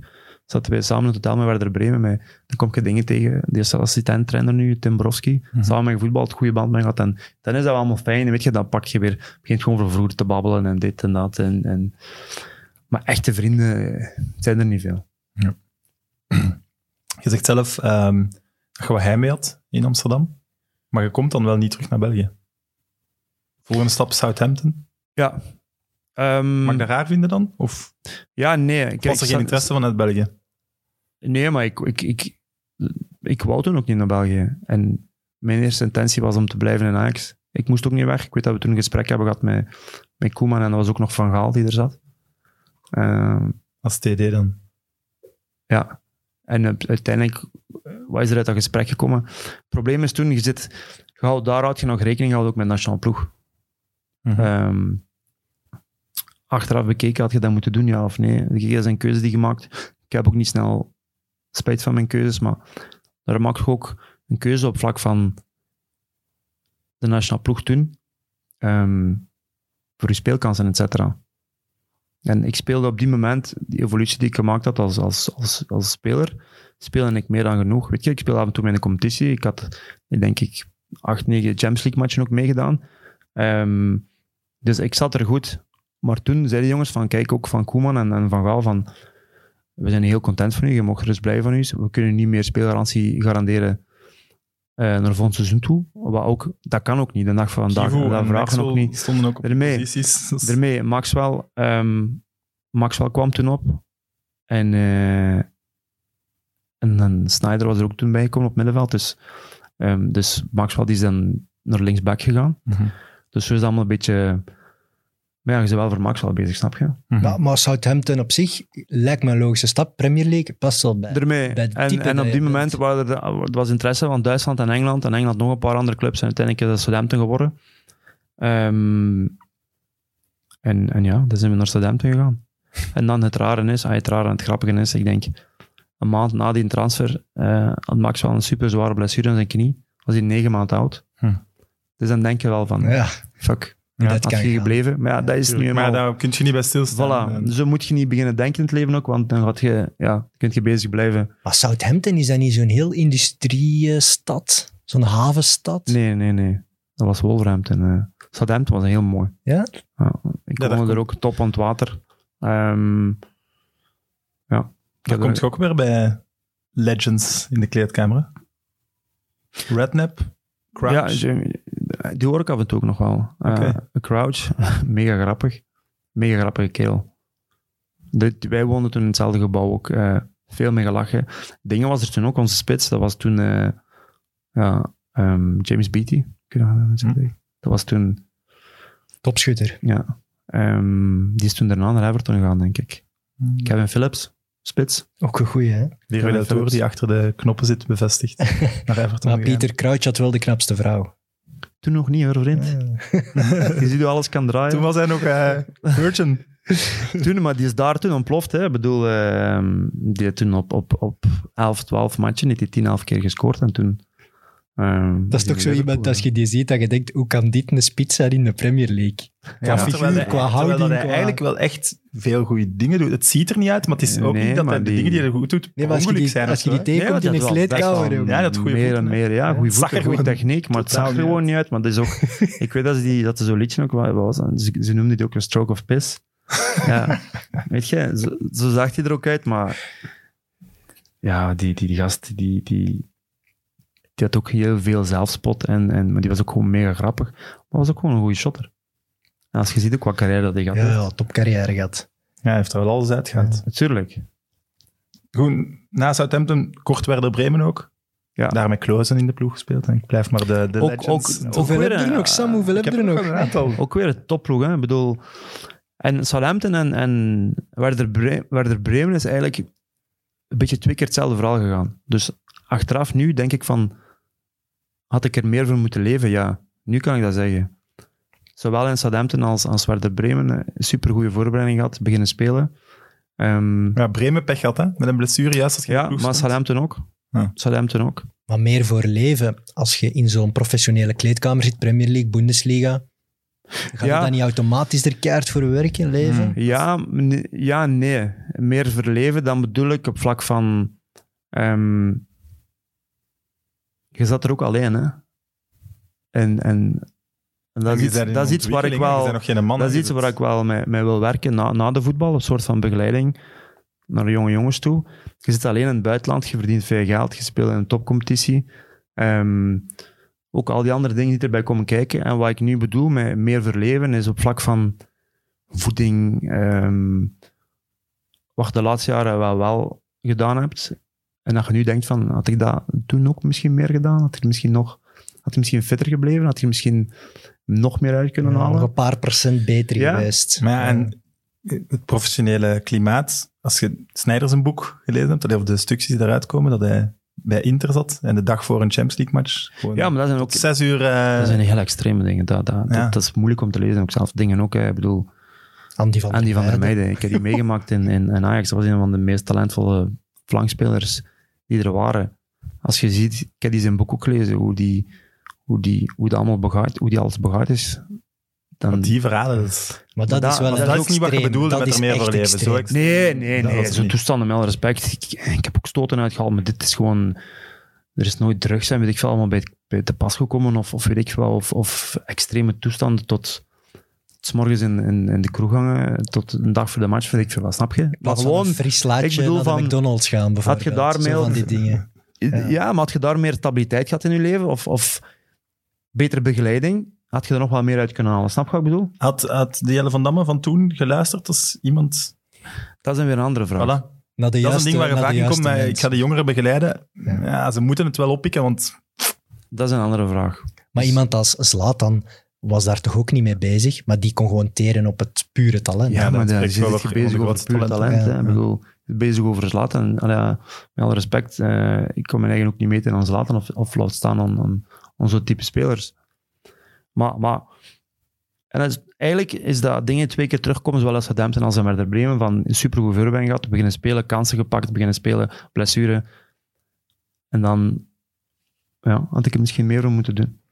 zaten wij samen in het hotel met Werder Bremen. Dan kom je dingen tegen. Die is assistent-trainer nu, Tim Borowski. Samen met gevoetbal, het goede band mee gehad. En dan is dat wel allemaal fijn. Weet je, dan pak je weer, begint gewoon voor vroeger te babbelen en dit en dat. Maar echte vrienden zijn er niet veel. Ja. Je zegt zelf dat je wat heimwee had in Amsterdam. Maar je komt dan wel niet terug naar België. Volgende stap Southampton. Ja. Mag ik dat raar vinden dan? Of Ja, nee. was er geen interesse vanuit België? Nee, maar ik wou toen ook niet naar België. En mijn eerste intentie was om te blijven in Ajax. Ik moest ook niet weg. Ik weet dat we toen een gesprek hebben gehad met Koeman en dat was ook nog Van Gaal die er zat. Als TD dan? Ja. En uiteindelijk wat is er uit dat gesprek gekomen. Het probleem is toen, daar had je nog rekening gehouden ook met nationale ploeg. Mm-hmm. Achteraf bekeken, had je dat moeten doen, ja of nee? Dat zijn keuzes die gemaakt. Ik heb ook niet snel spijt van mijn keuzes, maar daar maak je ook een keuze op vlak van de nationale ploeg toen. Voor je speelkansen, et cetera. En ik speelde op die moment, die evolutie die ik gemaakt had als speler, speelde ik meer dan genoeg. Weet je, ik speelde af en toe in de competitie. Ik had, denk ik, 8, 9 Champions League matchen ook meegedaan. Dus ik zat er goed. Maar toen zeiden de jongens van, kijk, ook van Koeman en Van Gaal, van, we zijn heel content van u, je mag gerust blij van u. We kunnen niet meer speelgarantie garanderen naar volgend seizoen toe. Wat ook, dat kan ook niet. De dag van vandaag, dat vragen ook niet. Stonden ook op posities. Daarmee, Maxwell kwam toen op. En dan Sneijder was er ook toen bij gekomen op middenveld. Dus Maxwell die is dan naar linksback gegaan. Mm-hmm. Dus zo is dat allemaal een beetje... Maar ja, je bent wel voor Maxwell bezig, snap je? Mm-hmm. Maar Southampton op zich lijkt me een logische stap. Premier League past wel bij. Daarmee. Bij het type En dat op je die bent. moment was interesse van Duitsland en Engeland. En Engeland nog een paar andere clubs. En uiteindelijk is dat Southampton geworden. En ja, dan zijn we naar Southampton gegaan. En dan het rare en het grappige is, ik denk, een maand na die transfer had Max wel een super zware blessure in zijn knie. Was hij 9 maanden oud. Dus dan denk je wel van, Ja, fuck, dat had kan je gaan. gebleven. Maar ja, dat is nu Maar eenmaal... daar kun je niet bij stilstaan. Voilà, zo moet je niet beginnen denken in het leven ook, want dan kun je bezig blijven. Maar Southampton, is dat niet zo'n heel industriestad? Zo'n havenstad? Nee. Dat was Wolverhampton. Southampton was heel mooi. Ja? Ik daar woonde er komt- ook top aan het water. Daar komt je ook weer bij legends in de kleedkamer. Redknapp, Crouch. Ja, die hoor ik af en toe ook nog wel. Oké. Crouch, mega grappig. Mega grappige kerel. Wij woonden toen in hetzelfde gebouw ook. Veel mee gelachen. Dingen was er toen ook, onze spits. Dat was toen James Beattie. Kun je dat zeggen? Dat was toen... Topschutter. Ja. Die is toen daarna naar Everton gegaan, denk ik. Kevin Phillips, spits. Ook een goeie, hè? Die redacteur die achter de knoppen zit, bevestigd. Naar Everton Maar gegaan. Pieter Crouch had wel de knapste vrouw. Toen nog niet, hoor, vriend. Je ziet hoe alles kan draaien. Toen was hij nog virgin. Toen, maar die is daar toen ontploft. Hè. Ik bedoel, die had toen op 11, 12 matchen, heeft hij 10, 11 keer gescoord. En toen... Dat is toch zo iemand, als je die ziet, dat je denkt, hoe kan dit een spits zijn in de Premier League? Qua figuur, terwijl qua houding, dat hij qua... eigenlijk wel echt veel goede dingen doet. Het ziet er niet uit, maar het is ook Nee, niet dat maar hij de die- dingen die hij goed doet, Nee, maar ongeluk zijn. als je of die zo, hè. tegenkomt in een kleedkamer... joh. Ja, dat goede meer voeten, en hè. meer. Ja, goede Het zag voeten, er goede gewoon techniek, maar het totaal zag er niet gewoon niet uit. Maar dat is ook... Ik weet dat ze zo'n liedje ook... Wat was dat? Ze noemden die ook een stroke of piss. Ja, weet je, zo zag hij er ook uit, maar... Ja, die gast, die had ook heel veel zelfspot, maar die was ook gewoon mega grappig. Maar was ook gewoon een goede shotter. En als je ziet ook wat carrière dat hij had. Ja, topcarrière gehad. Ja, hij heeft er wel alles uitgehaald. Natuurlijk. Goed, na Southampton, kort Werder Bremen ook. Ja. Daar met Kloosen in de ploeg gespeeld. En ik blijf maar de legends. Hoeveel weer heb je er een- nog, Sam? Hoeveel heb Ik je er heb nog? nog een aantal. Ook weer een topploeg, hè. Ik bedoel... En Southampton en Werder Bremen is eigenlijk een beetje 2 keer hetzelfde verhaal gegaan. Dus achteraf nu denk ik van... Had ik er meer voor moeten leven? Ja, nu kan ik dat zeggen. Zowel in Southampton als Werder Bremen een supergoeie voorbereiding gehad, beginnen spelen. Ja, Bremen pech had, hè? Met een blessure, juist als je in de Ja, ploeg maar stond. Southampton ook. Ja. Southampton ook. Maar meer voor leven. Als je in zo'n professionele kleedkamer zit, Premier League, Bundesliga, ga je Ja. dan niet automatisch er keihard voor werken, leven? Ja, nee. meer verleven, dan bedoel ik op vlak van... je zat er ook alleen, hè. En dat is iets waar ik wel... Dat is iets waar ik wel mee wil werken na de voetbal. Een soort van begeleiding naar de jonge jongens toe. Je zit alleen in het buitenland, je verdient veel geld, je speelt in een topcompetitie. Ook al die andere dingen die erbij komen kijken. En wat ik nu bedoel met meer verleven, is op vlak van voeding, wat je de laatste jaren wel gedaan hebt. En dat je nu denkt van, had ik dat toen ook misschien meer gedaan? Had ik misschien fitter gebleven? Had je misschien nog meer uit kunnen halen? Nog een paar procent beter geweest. Maar ja, en het professionele klimaat, als je Sneijder een boek gelezen hebt, of de stukjes die eruit komen, dat hij bij Inter zat en de dag voor een Champions League match. Ja, maar dat zijn ook 6 uur... Dat zijn heel extreme dingen. Dat is moeilijk om te lezen. Ook zelf dingen ook. Ik bedoel, Andy van der Meijden. Ik heb die meegemaakt in Ajax. Dat was een van de meest talentvolle flankspelers die er waren. Als je ziet, ik heb die zijn boek ook gelezen, hoe die alles begaard is. Dan... Die verhalen, dat maar dat is wel dat is niet wat je bedoelde met er meer voor leven. Nee. Zo'n toestanden, met alle respect. Ik heb ook stoten uitgehaald, maar dit is gewoon... Er is nooit drugs zijn, weet ik veel, allemaal bij te pas gekomen, of weet ik wel, of extreme toestanden tot... 's morgens in de kroeg hangen, tot een dag voor de match, weet ik veel, wat snap je? Maar gewoon een fris slaatje naar de McDonald's gaan, bijvoorbeeld. Had je daar meer... van die dingen. Ja, maar had je daar meer stabiliteit gehad in je leven, of betere begeleiding, had je er nog wel meer uit kunnen halen. Snap je wat ik bedoel? Had de Jelle van Damme van toen geluisterd als iemand... Dat is weer een andere vraag. Voilà. Dat is een ding waar je vaak in komt. Ik ga de jongeren begeleiden. Ja, ze moeten het wel oppikken, want... Dat is een andere vraag. Maar iemand als Zlatan was daar toch ook niet mee bezig, maar die kon gewoon teren op het pure talent. Ja, maar die zit bezig over het pure talent. Ik bedoel, bezig over Zlatan. Met alle respect, ik kon mijn eigen ook niet meten aan Zlatan of laat staan aan zo'n type spelers. Maar en eigenlijk is dat dingen 2 keer terugkomen, zowel als gedempt en als in Werder Bremen, van een supergoed voorbereiding gehad, beginnen spelen, kansen gepakt, beginnen spelen, blessure. En dan had ik er misschien meer om moeten doen.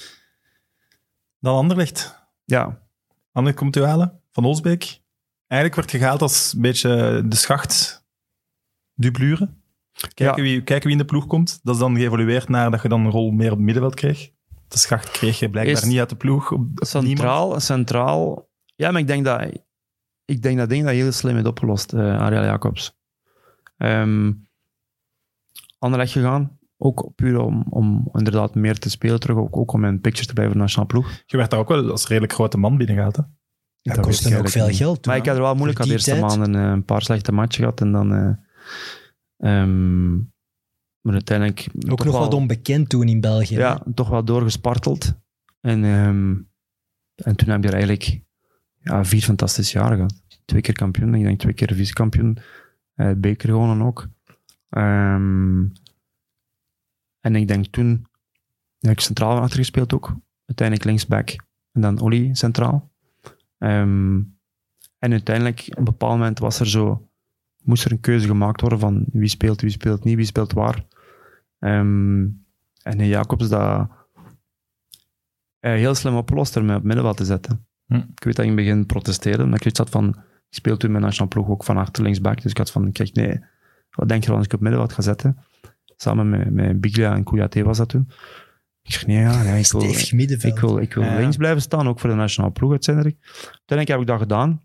Dan Anderlecht. Ja. Anderlecht komt u halen, Van Olsbeek. Eigenlijk werd gehaald als een beetje de schacht dublure. Kijken wie in de ploeg komt. Dat is dan geëvolueerd naar dat je dan een rol meer op het middenveld kreeg. De schacht kreeg je blijkbaar niet uit de ploeg. Centraal. Ja, maar ik denk dat ding dat heel slim heeft opgelost, Ariel Jacobs. Anderlecht gegaan. Ook puur om inderdaad meer te spelen terug. Ook om in pictures te blijven voor de nationale ploeg. Je werd daar ook wel als redelijk grote man binnengehaald, hè? Dat kostte ook veel geld. Maar ik had er wel moeilijk de eerste maanden een paar slechte matchen gehad. En dan... maar uiteindelijk... Ook nog wat onbekend toen in België. Ja, toch wel doorgesparteld. En toen heb je er eigenlijk 4 fantastische jaren gehad. 2 keer kampioen, ik denk 2 keer vice-kampioen. Beker gewonnen ook. En ik denk toen... heb ik centraal van achter gespeeld ook. Uiteindelijk linksback. En dan Oli centraal. En uiteindelijk, op een bepaald moment moest er een keuze gemaakt worden van wie speelt niet, wie speelt waar. En Jacobs dat heel slim opgelost er mij op middenveld te zetten. Ik weet dat ik in het begin protesteerde, omdat ik iets had van, ik speel toen mijn nationale ploeg ook van achter linksback, dus ik had van, kijk, nee, wat denk je als ik op middenveld ga zetten? Samen met Biglia en Kouyaté was dat toen. Ik zeg, ik wil links blijven staan, ook voor de nationale ploeg uiteindelijk. Uiteindelijk heb ik dat gedaan.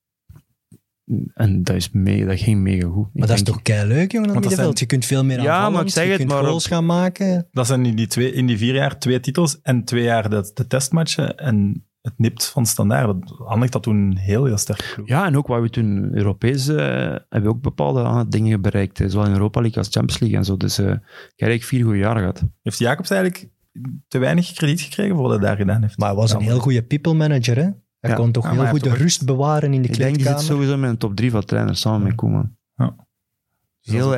En dat ging mega goed. Maar dat is toch keileuk, jongen, aan middenveld. Je kunt veel meer aanvallen, je kunt goals gaan maken. Dat zijn in die 4 jaar 2 titels en 2 jaar de testmatchen en het nipt van Standaard. Anderlecht dat toen heel sterk ploeg. Ja, en ook wat we toen Europees hebben we ook bepaalde dingen bereikt. Zowel in Europa League als Champions League en zo. Dus ik heb eigenlijk 4 goede jaren gehad. Heeft Jacobs eigenlijk te weinig krediet gekregen voor wat hij daar gedaan heeft? Maar hij was een heel goede people manager, hè? Hij kon toch heel goed de rust bewaren in de kleedkamer. Ik denk, die zit sowieso met een top 3 van trainers, samen met Koeman. Ja. Heel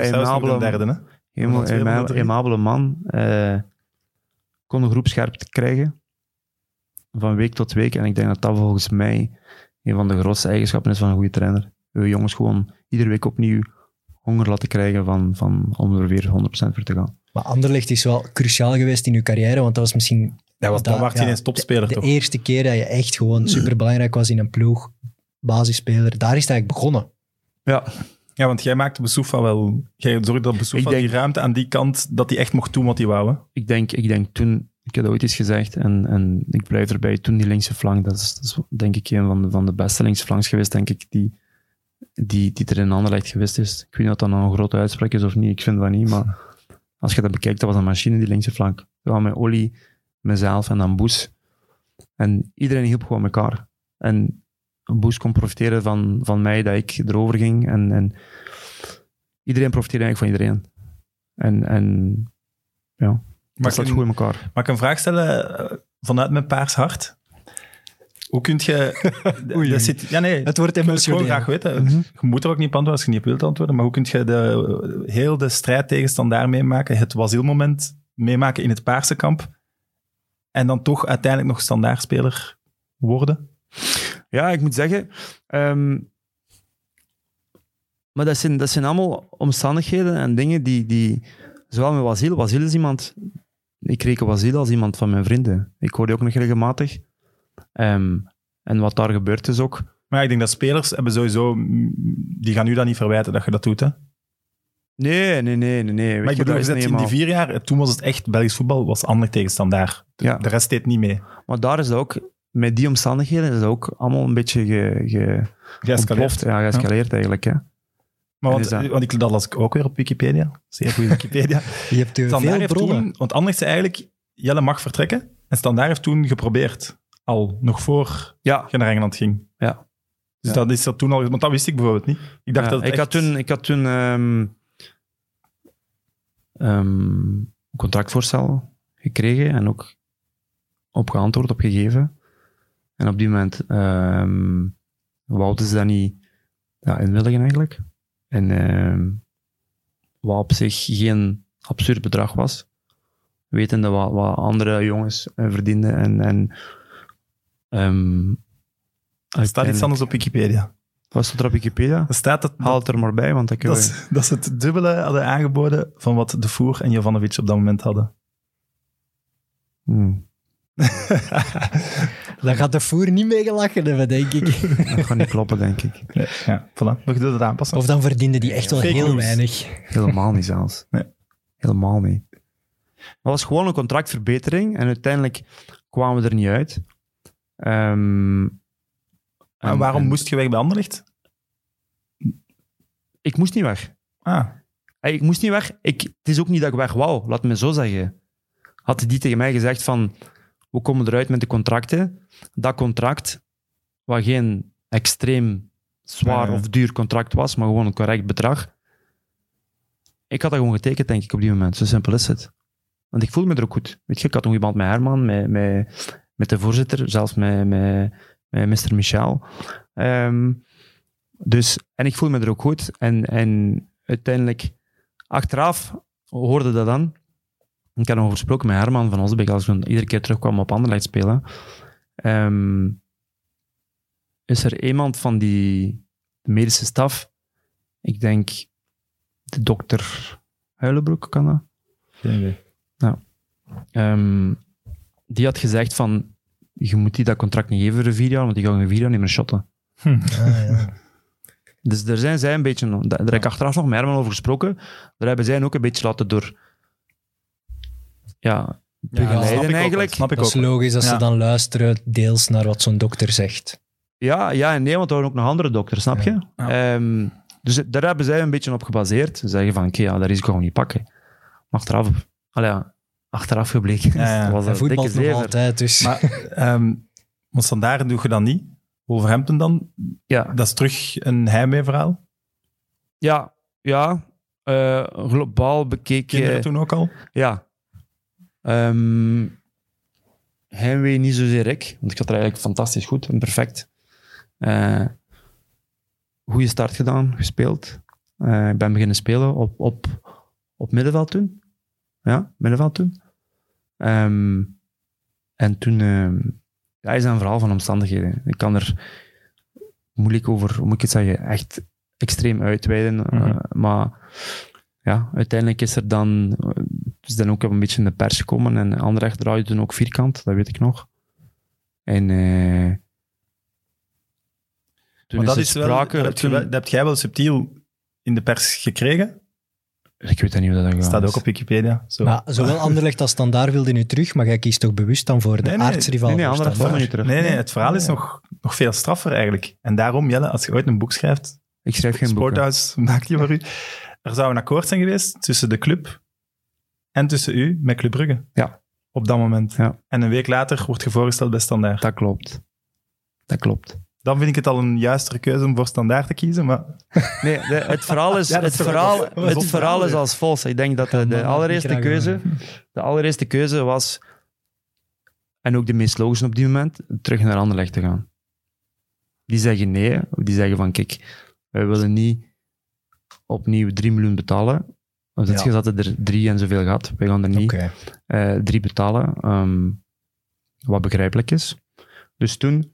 aimabele man. Kon een groep scherp krijgen. Van week tot week. En ik denk dat dat volgens mij een van de grootste eigenschappen is van een goede trainer. Je jongens gewoon iedere week opnieuw honger laten krijgen om er weer 100% voor te gaan. Maar Anderlecht is wel cruciaal geweest in uw carrière, want dat was misschien... Dan werd hij ineens topspeler, toch? De eerste keer dat je echt gewoon superbelangrijk was in een ploeg, basisspeler, daar is het eigenlijk begonnen. Ja. Ja, want jij maakte Boussoufa wel... Jij zorgde dat Boussoufa die ruimte aan die kant, dat hij echt mocht doen wat hij wou. Hè? Ik denk toen... Ik heb ooit eens gezegd, en ik blijf erbij, toen die linkse flank, dat is denk ik een van de beste linkse flanks geweest, denk ik, die er in Anderlecht geweest is. Ik weet niet of dat nou een grote uitspraak is of niet, ik vind dat niet, maar als je dat bekijkt, dat was een machine, die linkse flank. We waren met Oli, mezelf en dan Boes. En iedereen hielp gewoon elkaar. En Boes kon profiteren van mij, dat ik erover ging. En iedereen profiteerde eigenlijk van iedereen. En ja... Dat staat goed in elkaar. Mag ik een vraag stellen vanuit mijn paars hart? Hoe kun je... Ja, nee, het wordt emotioneel. Ik wil graag weten. Je moet er ook niet op antwoorden als je niet op wilt antwoorden. Maar hoe kun je heel de strijd tegen Standaard meemaken, het Wasil-moment meemaken in het paarse kamp en dan toch uiteindelijk nog Standaard-speler worden? Ja, ik moet zeggen... maar dat zijn allemaal omstandigheden en dingen die zowel met Wasil... Wasil is iemand... Ik reken Wasil als iemand van mijn vrienden. Ik hoor die ook nog regelmatig. En wat daar gebeurd is ook... Maar ja, ik denk dat spelers hebben sowieso... Die gaan u dan niet verwijten dat je dat doet, hè? Nee. Maar ik bedoel, je zet in die 4 jaar... Toen was het echt... Belgisch voetbal was anders tegen Standaard. Ja. De rest deed niet mee. Maar daar is dat ook... Met die omstandigheden is dat ook allemaal een beetje Geëscaleerd. Ja, geëscaleerd eigenlijk, hè. Maar want dat las ik ook weer op Wikipedia. Zeer goede Wikipedia. Je hebt veel bronnen. Want Anderlecht zei eigenlijk, Jelle mag vertrekken. En Standaard heeft toen geprobeerd. Al, nog voor je naar Engeland ging. Ja. Dus dat is dat toen al... Want dat wist ik bijvoorbeeld niet. Ik dacht dat ik had toen een contractvoorstel gekregen en ook op geantwoord, op gegeven. En op die moment wouden ze dat niet inwilligen eigenlijk. En wat op zich geen absurd bedrag was. Wetende wat andere jongens verdienden. Er staat iets anders op Wikipedia. Wat staat er op Wikipedia? Haal het er maar bij, want dat is het dubbele hadden aangeboden van wat De Voer en Jovanovic op dat moment hadden. Dan gaat De Voer niet mee gelachen hebben, denk ik. Dat gaat niet kloppen, denk ik. Ja, voilà. We gaan het aanpassen. Of dan verdiende die echt wel Fake heel news. weinig. Helemaal niet zelfs. Nee. Helemaal niet. Maar het was gewoon een contractverbetering en uiteindelijk kwamen we er niet uit. En waarom moest je weg bij Anderlecht? Ik moest niet weg. Ik moest niet weg. Het is ook niet dat ik weg wou, laat me zo zeggen. Had die tegen mij gezegd van, we komen eruit met de contracten. Dat contract, wat geen extreem zwaar of duur contract was, maar gewoon een correct bedrag. Ik had dat gewoon getekend, denk ik, op die moment. Zo simpel is het. Want ik voelde me er ook goed. Weet je, ik had nog iemand met Herman, met de voorzitter, zelfs met Mr. Michel. Dus, en ik voelde me er ook goed. En uiteindelijk, achteraf, hoorde dat dan. Ik had nog gesproken met Herman van Osbeek, als we iedere keer terugkwam op Anderlecht spelen. Is er iemand van die medische staf, ik denk de dokter Huilenbroek, kan dat? Geen idee. Ja. Die had gezegd van, je moet die dat contract niet geven voor 4 jaar, want die gaan in 4 jaar niet meer shotten. Ja. Dus daar zijn zij een beetje, daar heb ik achteraf nog met Herman over gesproken, daar hebben zij ook een beetje laten door begeleiden eigenlijk. Snap ik Dat ook. is logisch als ze dan luisteren deels naar wat zo'n dokter zegt. Ja en nee, want er waren ook nog andere dokters, snap je? Ja. Dus daar hebben zij een beetje op gebaseerd. Ze zeggen van, oké, dat risico gaan we niet pakken. Maar achteraf gebleken. Ja. Was Hij dat een dikke voetbalt nog zever. altijd, dus... Maar Standaard doe je dat niet. Wolverhampton dan? Ja. Dat is terug een heimwee-verhaal. Ja. Globaal bekeken... Kinderen toen ook al? Ja. Heimwee niet zozeer ik, want ik had er eigenlijk fantastisch goed en perfect. Goede start gedaan, gespeeld. Ik ben beginnen spelen op middenveld toen. Ja, middenveld toen. En toen... is een verhaal van omstandigheden. Ik kan er moeilijk over, hoe moet ik het zeggen, echt extreem uitweiden. Maar ja, uiteindelijk is er dan ook een beetje in de pers gekomen en Anderlecht draaide toen ook vierkant, dat weet ik nog. En toen maar is dat er is sprake... wel, dat heb jij wel subtiel in de pers gekregen. Ik weet niet hoe dat gaat. Staat ook op Wikipedia. Zo. Maar zowel Anderlecht als Standaard wilde nu terug, maar jij kiest toch bewust dan voor de Nee, aartsrivaal Nee, voor Anderlecht Standaard? kwam niet terug. Nee, het verhaal is nog veel straffer eigenlijk. En daarom, Jelle, als je ooit een boek schrijft, Ik schrijf geen boeken. Sporthouse maakt die voor u. Er zou een akkoord zijn geweest tussen de club en tussen u met Club Brugge. Ja. Op dat moment. Ja. En een week later wordt je voorgesteld bij Standaard. Dat klopt. Dan vind ik het al een juistere keuze om voor Standaard te kiezen, maar... Nee, het verhaal is, Ja, dat is toch het verhaal is als volgt. Ik denk dat de allereerste keuze was, en ook de meest logische op die moment, terug naar Anderlecht te gaan. Die zeggen nee, die zeggen van kijk, wij willen niet opnieuw 3 miljoen betalen. Dus je had er 3 en zoveel gehad. Wij gaan er niet 3 betalen, wat begrijpelijk is. Dus toen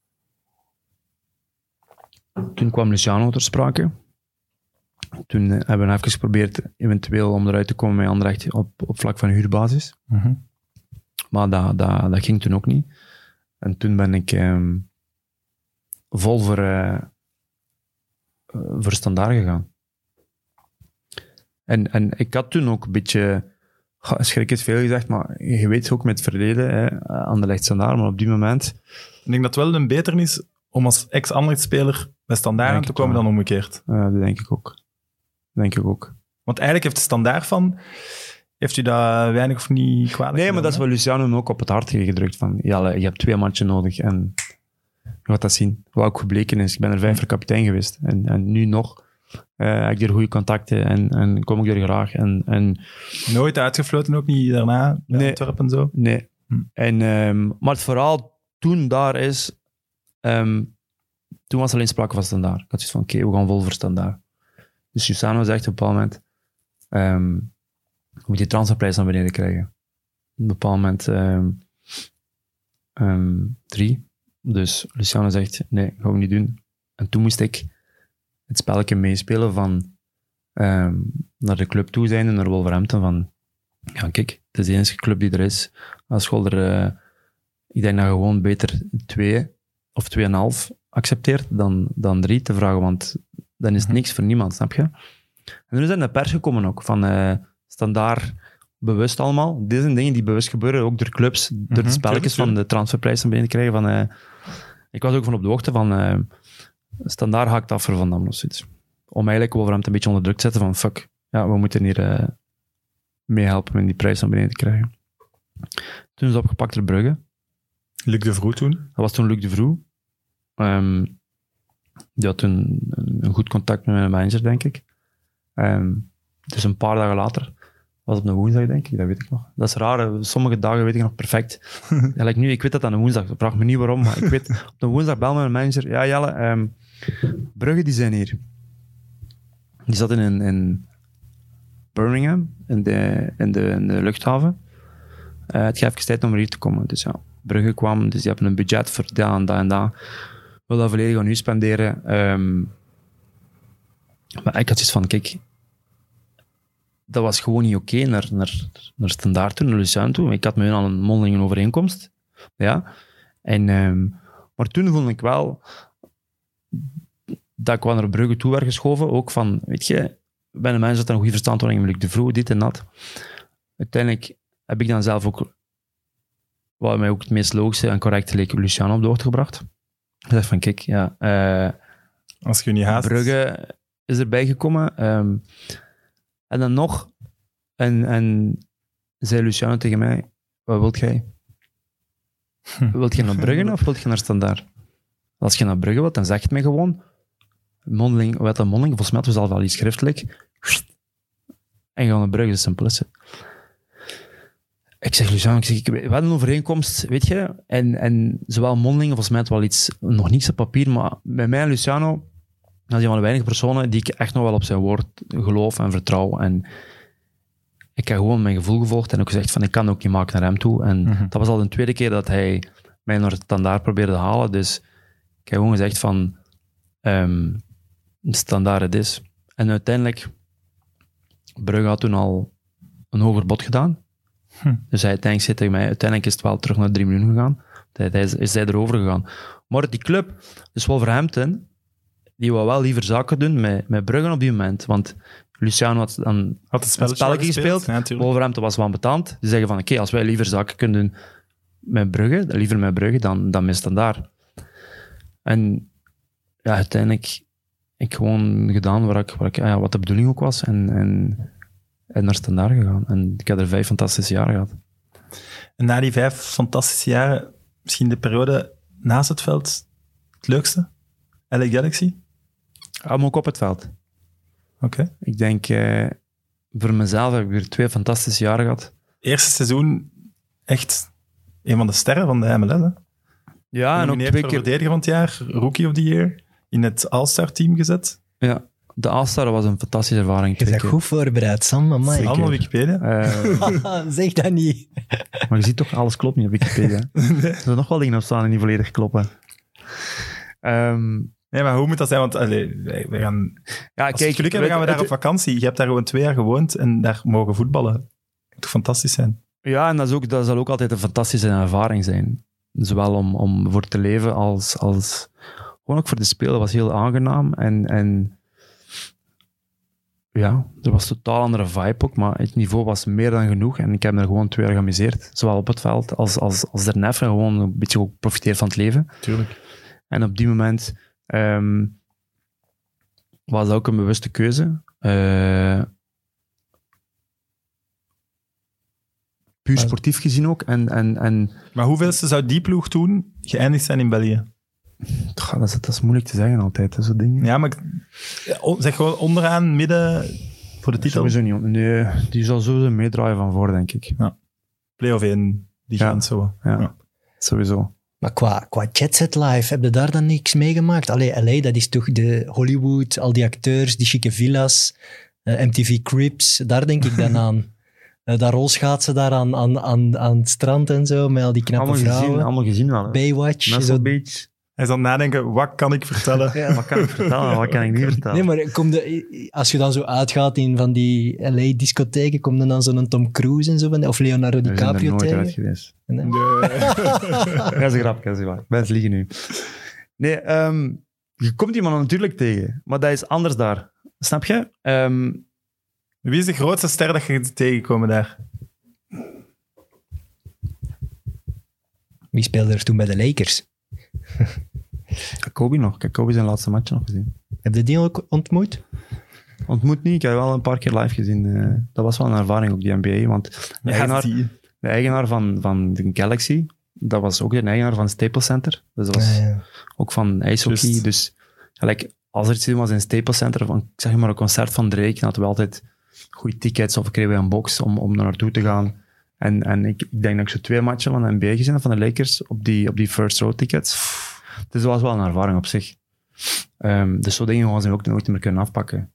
kwam Luciano ter sprake. Toen hebben we even geprobeerd eventueel om eruit te komen met Anderlecht op vlak van huurbasis. Maar dat ging toen ook niet. En toen ben ik vol voor Standaard gegaan. En ik had toen ook een beetje... Schrik is veel gezegd, maar je weet ook met het verleden, hè, Anderlecht Standaard, maar op die moment... Ik denk dat het wel een beter is om als ex-Anderlecht-speler bij Standaard aan te komen dan omgekeerd. Dat denk ik ook. Want eigenlijk heeft de Standaard van... Heeft u dat weinig of niet kwalijk? Nee, maar dat is wat Luciano ook op het hart heeft gedrukt. Van, ja, je hebt 2 matchen nodig en je gaat dat zien. Wat ook gebleken is, ik ben er 5 jaar kapitein geweest. En nu nog heb ik er goede contacten en kom ik er graag. En nooit uitgefloten, ook niet daarna? Bij Nee. Antwerpen en zo? nee. Maar het verhaal toen daar is... toen was er alleen sprake van Standaard. Ik had zoiets van, oké, we gaan vol voor Standaard. Dus Luciano zegt op een bepaald moment... je moet die transferprijs naar beneden krijgen. Op een bepaald moment 3. Dus Luciano zegt, nee, gaan we niet doen. En toen moest ik het spelletje meespelen van naar de club toe zijn en naar Wolverhampton van ja, kijk, het is de enige club die er is. Als je er, ik denk dat je gewoon beter 2 of 2,5 accepteert dan 3 te vragen, want dan is het niks voor niemand, snap je? En toen is dat in de pers gekomen ook, van Standaard bewust allemaal. Dit zijn dingen die bewust gebeuren, ook door clubs, door de spelletjes van de transferprijs naar beneden krijgen. Van, ik was ook van op de hoogte van Standaard haakt af voor Van Damme of zoiets. Om eigenlijk Wolverhampton een beetje onder druk te zetten van fuck, ja, we moeten hier meehelpen om die prijs naar beneden te krijgen. Toen is het opgepakt door Brugge. Luc de Vroe toen? Dat was toen Luc de Vroe. Die had toen een goed contact met mijn manager, denk ik. Dus een paar dagen later, was op een woensdag, denk ik, dat weet ik nog. Dat is raar, sommige dagen weet ik nog perfect. Ja, like nu, ik weet dat aan een woensdag, vraag me niet waarom, maar ik weet, op een woensdag bel mijn manager, ja Jelle, Brugge die zijn hier. Die zat in Birmingham, in de luchthaven. Het gaat even tijd om hier te komen. Dus ja, Brugge kwam, dus die hebben een budget voor dat en dat en dat. Wil dat volledig aan u spenderen. Maar ik had zoiets van, kijk, dat was gewoon niet oké naar Standaard toe, naar Lucien toe. Ik had met hun al een mondelinge overeenkomst. Ja. Maar toen voelde ik wel dat ik wel naar Brugge toe werd geschoven. Ook van, weet je, bij de mensen dat een goede verstandhouding met Luc de Vroe, dit en dat. Uiteindelijk heb ik dan zelf ook, wat mij ook het meest logische en correcte leek, Luciano op de hoogte gebracht. Ik dacht van, kijk, ja... Als je niet haast... Brugge is erbij gekomen. En dan nog, en zei Luciano tegen mij, wat wilt jij? Wilt je naar Brugge of wilt je naar Standaard? Als je naar Brugge wilt, dan zeg het mij gewoon. Mondeling, wat een mondeling, volgens mij was het al iets schriftelijk. En je gaat naar Brugge, dat is simpel is het. Ik zeg, Luciano, we hadden een overeenkomst, weet je, en zowel mondeling, volgens mij wel iets, nog niets op papier, maar bij mij en Luciano, dat is een van de weinige personen die ik echt nog wel op zijn woord geloof en vertrouw. En ik heb gewoon mijn gevoel gevolgd en ook gezegd van, ik kan ook niet maken naar hem toe. En dat was al de tweede keer dat hij mij naar het Standaard probeerde te halen, dus ik heb gewoon gezegd van, Standaard het is. En uiteindelijk, Brugge had toen al een hoger bod gedaan. Dus hij uiteindelijk zei tegen mij, uiteindelijk is het wel terug naar 3 miljoen gegaan. Is hij erover gegaan. Maar die club, dus Wolverhampton, die wou wel liever zaken doen met Brugge op die moment. Want Luciano had dan Had het een spelletje gespeeld. Ja, natuurlijk. Wolverhampton was wel betaald. Die zeggen van, oké, als wij liever zaken kunnen doen liever met Brugge, dan met Standaard. En ja, uiteindelijk ik gewoon gedaan wat de bedoeling ook was. En naar Standaard gegaan. En ik heb er 5 fantastische jaren gehad. En na die 5 fantastische jaren, misschien de periode naast het veld het leukste? LA Galaxy? Maar ook op het veld. Oké. Ik denk, voor mezelf heb ik weer 2 fantastische jaren gehad. Eerste seizoen echt een van de sterren van de MLS. Hè? Ja, en ook 2 keer... verdediger van het jaar, Rookie of the Year, in het All-Star team gezet. Ja, de All-Star was een fantastische ervaring. Je 2 bent keer. goed voorbereid, Sam. Amai. Allemaal Wikipedia. Zeg dat niet. Maar je ziet toch, alles klopt niet op Wikipedia. Er zijn nog wel dingen op staan die niet volledig kloppen. Nee, maar hoe moet dat zijn? Want we gaan... Ja, Als we geluk hebben, gaan we daar op vakantie. Je hebt daar gewoon 2 jaar gewoond en daar mogen voetballen. Dat moet toch fantastisch zijn? Ja, en dat zal ook altijd een fantastische ervaring zijn. Zowel om voor te leven als gewoon ook voor de spelen was heel aangenaam. En ja, er was een totaal andere vibe ook, maar het niveau was meer dan genoeg. En ik heb me er gewoon 2 jaar geamuseerd. Zowel op het veld als daarna gewoon een beetje ook profiteerd van het leven. Tuurlijk. En op die moment was dat ook een bewuste keuze. Puur sportief gezien ook. En Maar hoeveelste zou die ploeg toen geëindigd zijn in België? dat is moeilijk te zeggen altijd, hè, zo'n dingen. Ja, maar zeg gewoon onderaan, midden voor de titel. Sowieso niet. Nee, die zal sowieso meedraaien van voor, denk ik. Play-off 1, die Ja. gaan zo. Ja. Sowieso. Maar qua Jet Set Live, heb je daar dan niks meegemaakt? Allee, LA, dat is toch de Hollywood, al die acteurs, die chique villas, MTV Cribs, daar denk ik dan aan. Daar rolschaatsen daar aan het strand en zo, met al die knappe vrouwen. Allemaal gezien wel. Hè. Baywatch. Muscle Zo. Beach. Hij is aan het nadenken, wat kan ik vertellen? Wat kan ik vertellen, wat kan ik niet vertellen? Nee, maar als je dan zo uitgaat in van die LA-discotheken, komt er dan zo'n Tom Cruise en zo, of Leonardo We zijn er DiCaprio nooit uit tegen? geweest. Nee. Dat is een grap, dat is waar. Mensen liegen nu. Nee, je komt iemand natuurlijk tegen, maar dat is anders daar. Snap je? Wie is de grootste ster dat je tegenkomen daar? Wie speelde er toen bij de Lakers? Kobe nog. Ik heb Kobe zijn laatste match nog gezien. Heb je die ook ontmoet? Ontmoet niet, ik heb wel een paar keer live gezien. Dat was wel een ervaring op die NBA, want de eigenaar van de Galaxy, dat was ook de eigenaar van Staples Center. Dus dat was ook van ijshockey. Just. Dus gelijk, als er iets was in Staples Center, van, zeg maar een concert van Drake, dan hadden we altijd goede tickets of kregen we een box om er naartoe te gaan. En ik denk dat ik zo 2 matchen van de NBA gezien heb, van de Lakers, op die first row tickets. Dus dat was wel een ervaring op zich. Dus zo'n dingen gaan ze ook nooit meer kunnen afpakken.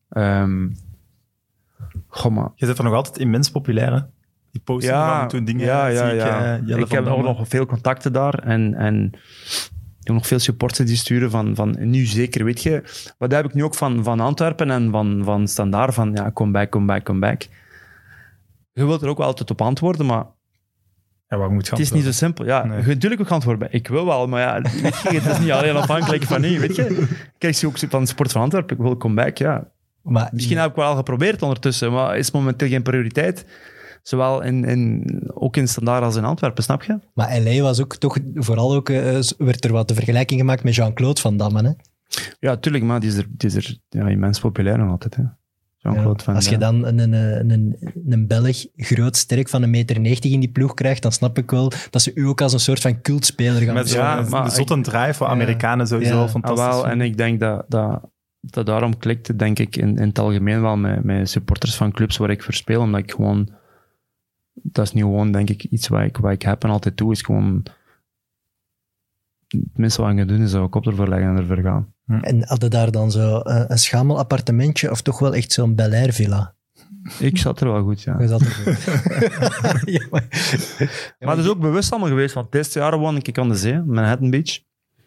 Goh, maar... Je zit er nog altijd immens populair, hè? Die posten van toen dingen zie ik heb ook nog veel contacten daar en ik heb nog veel supporters die sturen van nu zeker, weet je. Wat heb ik nu ook van Antwerpen en van Standaard, van ja, come back. Je wilt er ook wel altijd op antwoorden, maar Ja, wat moet het is niet zo simpel. Ja, Nee. natuurlijk ook antwoorden. Ik wil wel, maar ja, weet je, het is niet alleen afhankelijk van nee, weet je. Kijk, je ook van Sport van Antwerpen, ik wil comeback, ja. Maar Misschien heb ik wel al geprobeerd ondertussen, maar is momenteel geen prioriteit. Zowel ook in Standaard als in Antwerpen, snap je? Maar LA was ook toch, vooral ook, werd er wat de vergelijking gemaakt met Jean-Claude Van Damme. Hè? Ja, tuurlijk, maar die is er ja, immens populair nog altijd. Hè. Jean-Claude Van Als je Damme. dan een Belg groot sterk van 1,90 meter in die ploeg krijgt, dan snap ik wel dat ze u ook als een soort van cultspeler gaan Met zien. Ja, zo'n maar zotte drive voor Amerikanen sowieso Ja. fantastisch. Wel, en ik denk dat daarom klikt, denk ik, in het algemeen wel met supporters van clubs waar ik voor speel, omdat ik gewoon... Dat is niet gewoon, denk ik, iets wat ik heb en altijd doe, is gewoon... Het minste wat ik ga doen, is een kop ervoor leggen en ervoor gaan. En hadden daar dan zo een schamel appartementje of toch wel echt zo'n Bel Air villa? Ik zat er wel goed, ja. Je zat er goed. Ja, maar- Maar dat is ook bewust allemaal geweest, want het eerste jaar woonde ik aan de zee, Manhattan Beach.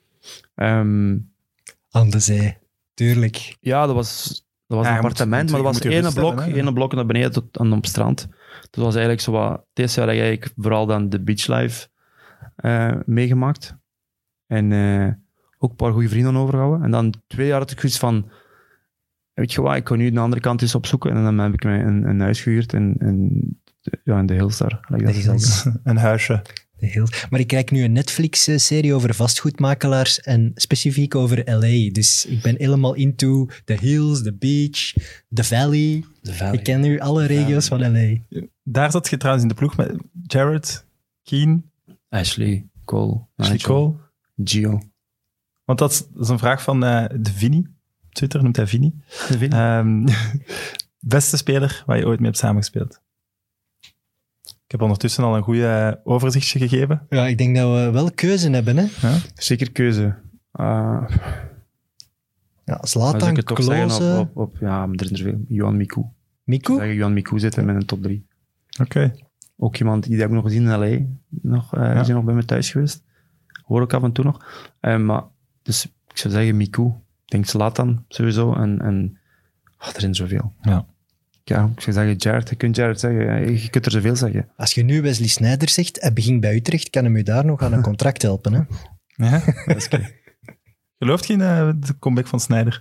Aan de zee, tuurlijk. Ja, dat was een Ja, je appartement, moet- maar dat je was moet je rust hebben, hè. één blok naar beneden tot aan op het strand. Dus dat was eigenlijk zo wat... Het eerste jaar heb ik vooral dan de beachlife meegemaakt. En Ook een paar goede vrienden overgehouden. En dan 2 jaar had ik zoiets van... Weet je wat, ik ga nu de andere kant eens opzoeken. En dan heb ik mij een huis gehuurd in de Hills daar. Like dat De Hills. Een huisje. Maar ik kijk nu een Netflix-serie over vastgoedmakelaars en specifiek over LA. Dus ik ben helemaal into the hills, the beach, the valley. Ik ken nu alle regio's van LA. Daar zat je trouwens in de ploeg met Jared, Keen, Ashley, Cole, Ashley Nigel, Cole. Gio. Want dat is een vraag van de Vinny. Op Twitter noemt hij Vinny. Beste speler waar je ooit mee hebt samengespeeld? Ik heb ondertussen al een goede overzichtje gegeven. Ja, ik denk dat we wel keuze hebben, hè. Ja? Zeker keuze. Ja, Als Zlatan, ik het toch zeggen Klose, ja, maar er is er veel. Johan Miku. Miku. Zeggen Johan Miku zitten met een top 3. Oké. Ook iemand die heb ik nog gezien in L.A. Is hij nog bij me thuis geweest. Hoor ik af en toe nog. Maar, dus ik zou zeggen Miku. Ik denk Zlatan sowieso. En er zijn zoveel. Ja. Ja, ik zou zeggen Jared. Je kunt Jared zeggen. Je kunt er zoveel zeggen. Als je nu Wesley Sneijder zegt, hij begint bij Utrecht, kan hem u daar nog aan een contract helpen, hè. Ja? Gelooft je in de comeback van Sneijder?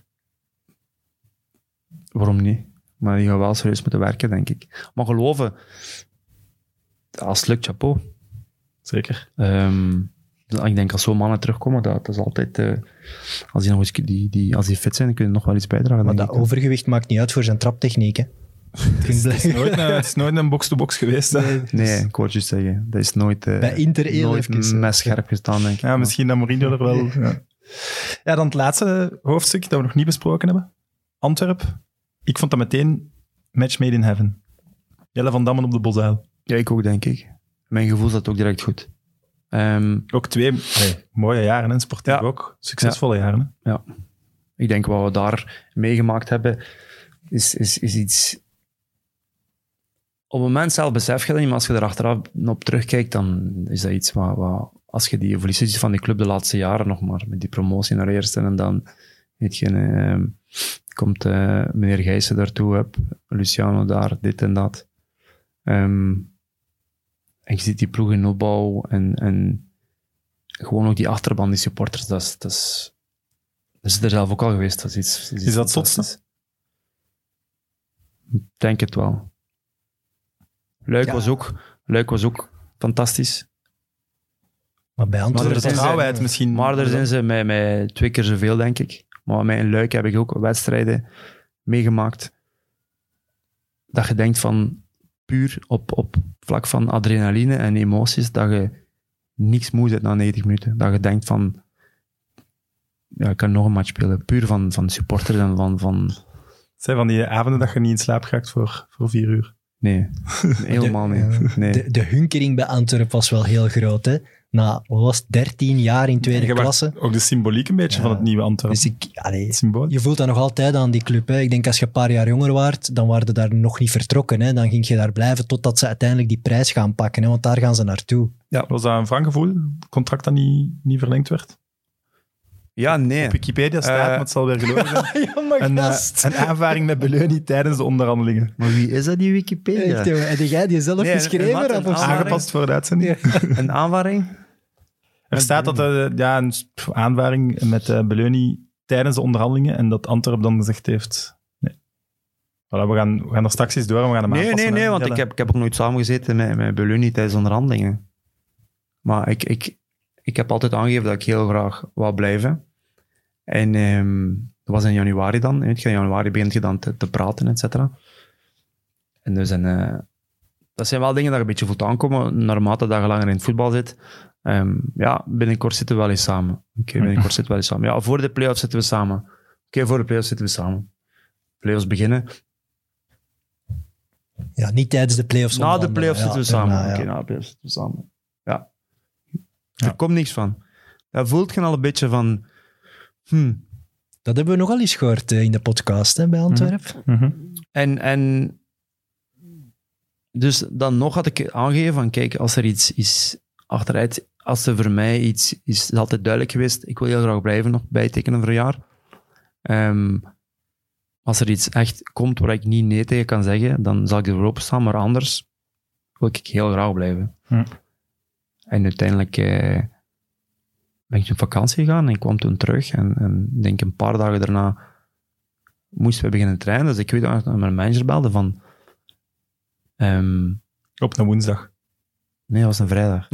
Waarom niet? Maar die gaan wel serieus moeten werken, denk ik. Maar geloven, als het lukt, chapeau. Zeker. Ik denk als zo'n mannen terugkomen, dat is altijd... als die nog eens, als die fit zijn, dan kunnen ze nog wel iets bijdragen. Maar denk dat ik. overgewicht maakt niet uit voor zijn traptechniek, hè. Het is nooit een box-to-box geweest. Hè? Nee, ik wou het juist zeggen. Dat is nooit, Bij Inter heel nooit even, mes scherp gestaan, denk ik. Ja, misschien dat Mourinho er wel... Ja, dan het laatste hoofdstuk dat we nog niet besproken hebben. Antwerp. Ik vond dat meteen match made in heaven. Jelle van Dammen op de Bosuil. Ja, ik ook, denk ik. Mijn gevoel zat ook direct goed. Ook 2 mooie jaren, en sportief Ja. ook. Succesvolle jaren. Hè? Ja. Ik denk wat we daar meegemaakt hebben, is iets... Op het moment zelf besef je dat niet, maar als je er achteraf op terugkijkt, dan is dat iets wat als je die evolutie ziet van die club de laatste jaren nog maar, met die promotie naar eerste en dan weet je, komt meneer Gijssen daartoe, Luciano daar, dit en dat. En je ziet die ploeg in opbouw en gewoon ook die achterban, die supporters, dat is er zelf ook al geweest. Dat is iets Is dat fantastisch. zotste? Ik denk het wel. Luik was ook fantastisch. Maar bij Maar Antwerpen... er De zijn vertrouwenheid misschien. Maar daar zijn ze met 2 keer zoveel, denk ik. Maar met een Luik heb ik ook wedstrijden meegemaakt dat je denkt van puur op vlak van adrenaline en emoties, dat je niks moe zit na 90 minuten. Dat je denkt van ja, ik kan nog een match spelen. Puur van supporters en van... Het zijn van die avonden dat je niet in slaap gaat voor 4 uur. Nee, helemaal niet. Nee. De hunkering bij Antwerpen was wel heel groot, hè. Na, wat was het, 13 jaar in tweede Je wacht klasse. ook de symboliek een beetje van het nieuwe Antwerpen. Dus Symbool. je voelt dat nog altijd aan die club. Hè. Ik denk als je een paar jaar jonger waart, dan waren daar nog niet vertrokken. Hè. Dan ging je daar blijven totdat ze uiteindelijk die prijs gaan pakken. Hè, want daar gaan ze naartoe. Was dat een wranggevoel? Het contract dat niet verlengd werd? Ja, nee. Op Wikipedia staat, maar het zal weer gelogen zijn. Een aanvaring met Beleuni tijdens de onderhandelingen. Maar wie is dat, die Wikipedia? Echt, jongen. Heb jij die zelf Nee, geschreven? wat, Raf, een of zo? Aangepast voor de uitzending. Een aanvaring? Er staat dat een aanvaring met Beleuni tijdens de onderhandelingen en dat Antwerp dan gezegd heeft... Nee. Voilà, we gaan er straks eens door en we gaan hem aanpassen. Nee, want Jelle. ik heb ook nooit samengezeten met Beleuni tijdens onderhandelingen. Maar ik heb altijd aangegeven dat ik heel graag wou blijven. En dat was in januari dan. In januari begint je dan te praten, et cetera. En dus dat zijn wel dingen dat je een beetje voelt aankomen, naarmate dat je langer in het voetbal zit. Ja, binnenkort zitten we wel eens samen. Binnenkort zitten we wel eens samen. Ja, voor de play-offs zitten we samen. Voor de play-offs zitten we samen. Play-offs beginnen. Ja, niet tijdens de play-offs. Na de play-offs zitten we samen. daarna, ja. Na de play-offs zitten we samen. Ja. Er komt niks van. Dat voelt je al een beetje van... Dat hebben we nogal eens gehoord in de podcast hè, bij Antwerpen. Mhm. En dus dan nog had ik aangegeven van, kijk, als er iets is achteruit, als er voor mij iets is altijd duidelijk geweest, ik wil heel graag blijven nog bijtekenen voor een jaar. Als er iets echt komt waar ik niet nee tegen kan zeggen, dan zal ik ervoor openstaan, maar anders wil ik heel graag blijven. Hm. En uiteindelijk ben ik op vakantie gegaan en ik kwam toen terug. En ik denk een paar dagen daarna moesten we beginnen trainen. Dus ik weet dat mijn manager belde van... Op een woensdag. nee, dat was een vrijdag.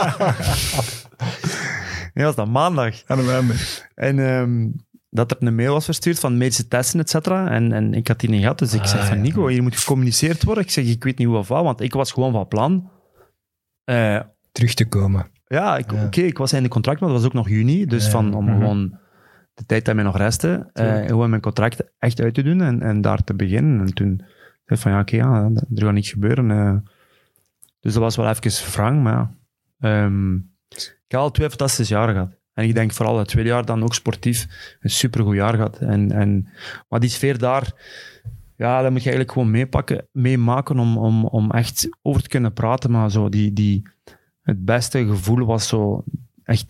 nee, dat was dan maandag. Aan de maandag. En dat er een mail was verstuurd van medische testen, et cetera. En ik had die niet gehad. Dus ik zeg van Nico, hier moet gecommuniceerd worden. Ik zeg, ik weet niet hoe of wat, want ik was gewoon van plan. Terug te komen. Ja, oké, ik was in de contract, maar dat was ook nog juni. Dus om gewoon de tijd dat mij nog restte, gewoon mijn contract echt uit te doen en daar te beginnen. En toen zei ik van, er gaat niets gebeuren. Dus dat was wel even wrang, maar ja. Ik heb al 2 fantastische jaren gehad. En ik denk vooral het tweede jaar dan ook sportief een supergoed jaar gehad. Maar die sfeer daar, ja, dat moet je eigenlijk gewoon meemaken om echt over te kunnen praten. Maar zo het beste gevoel was zo echt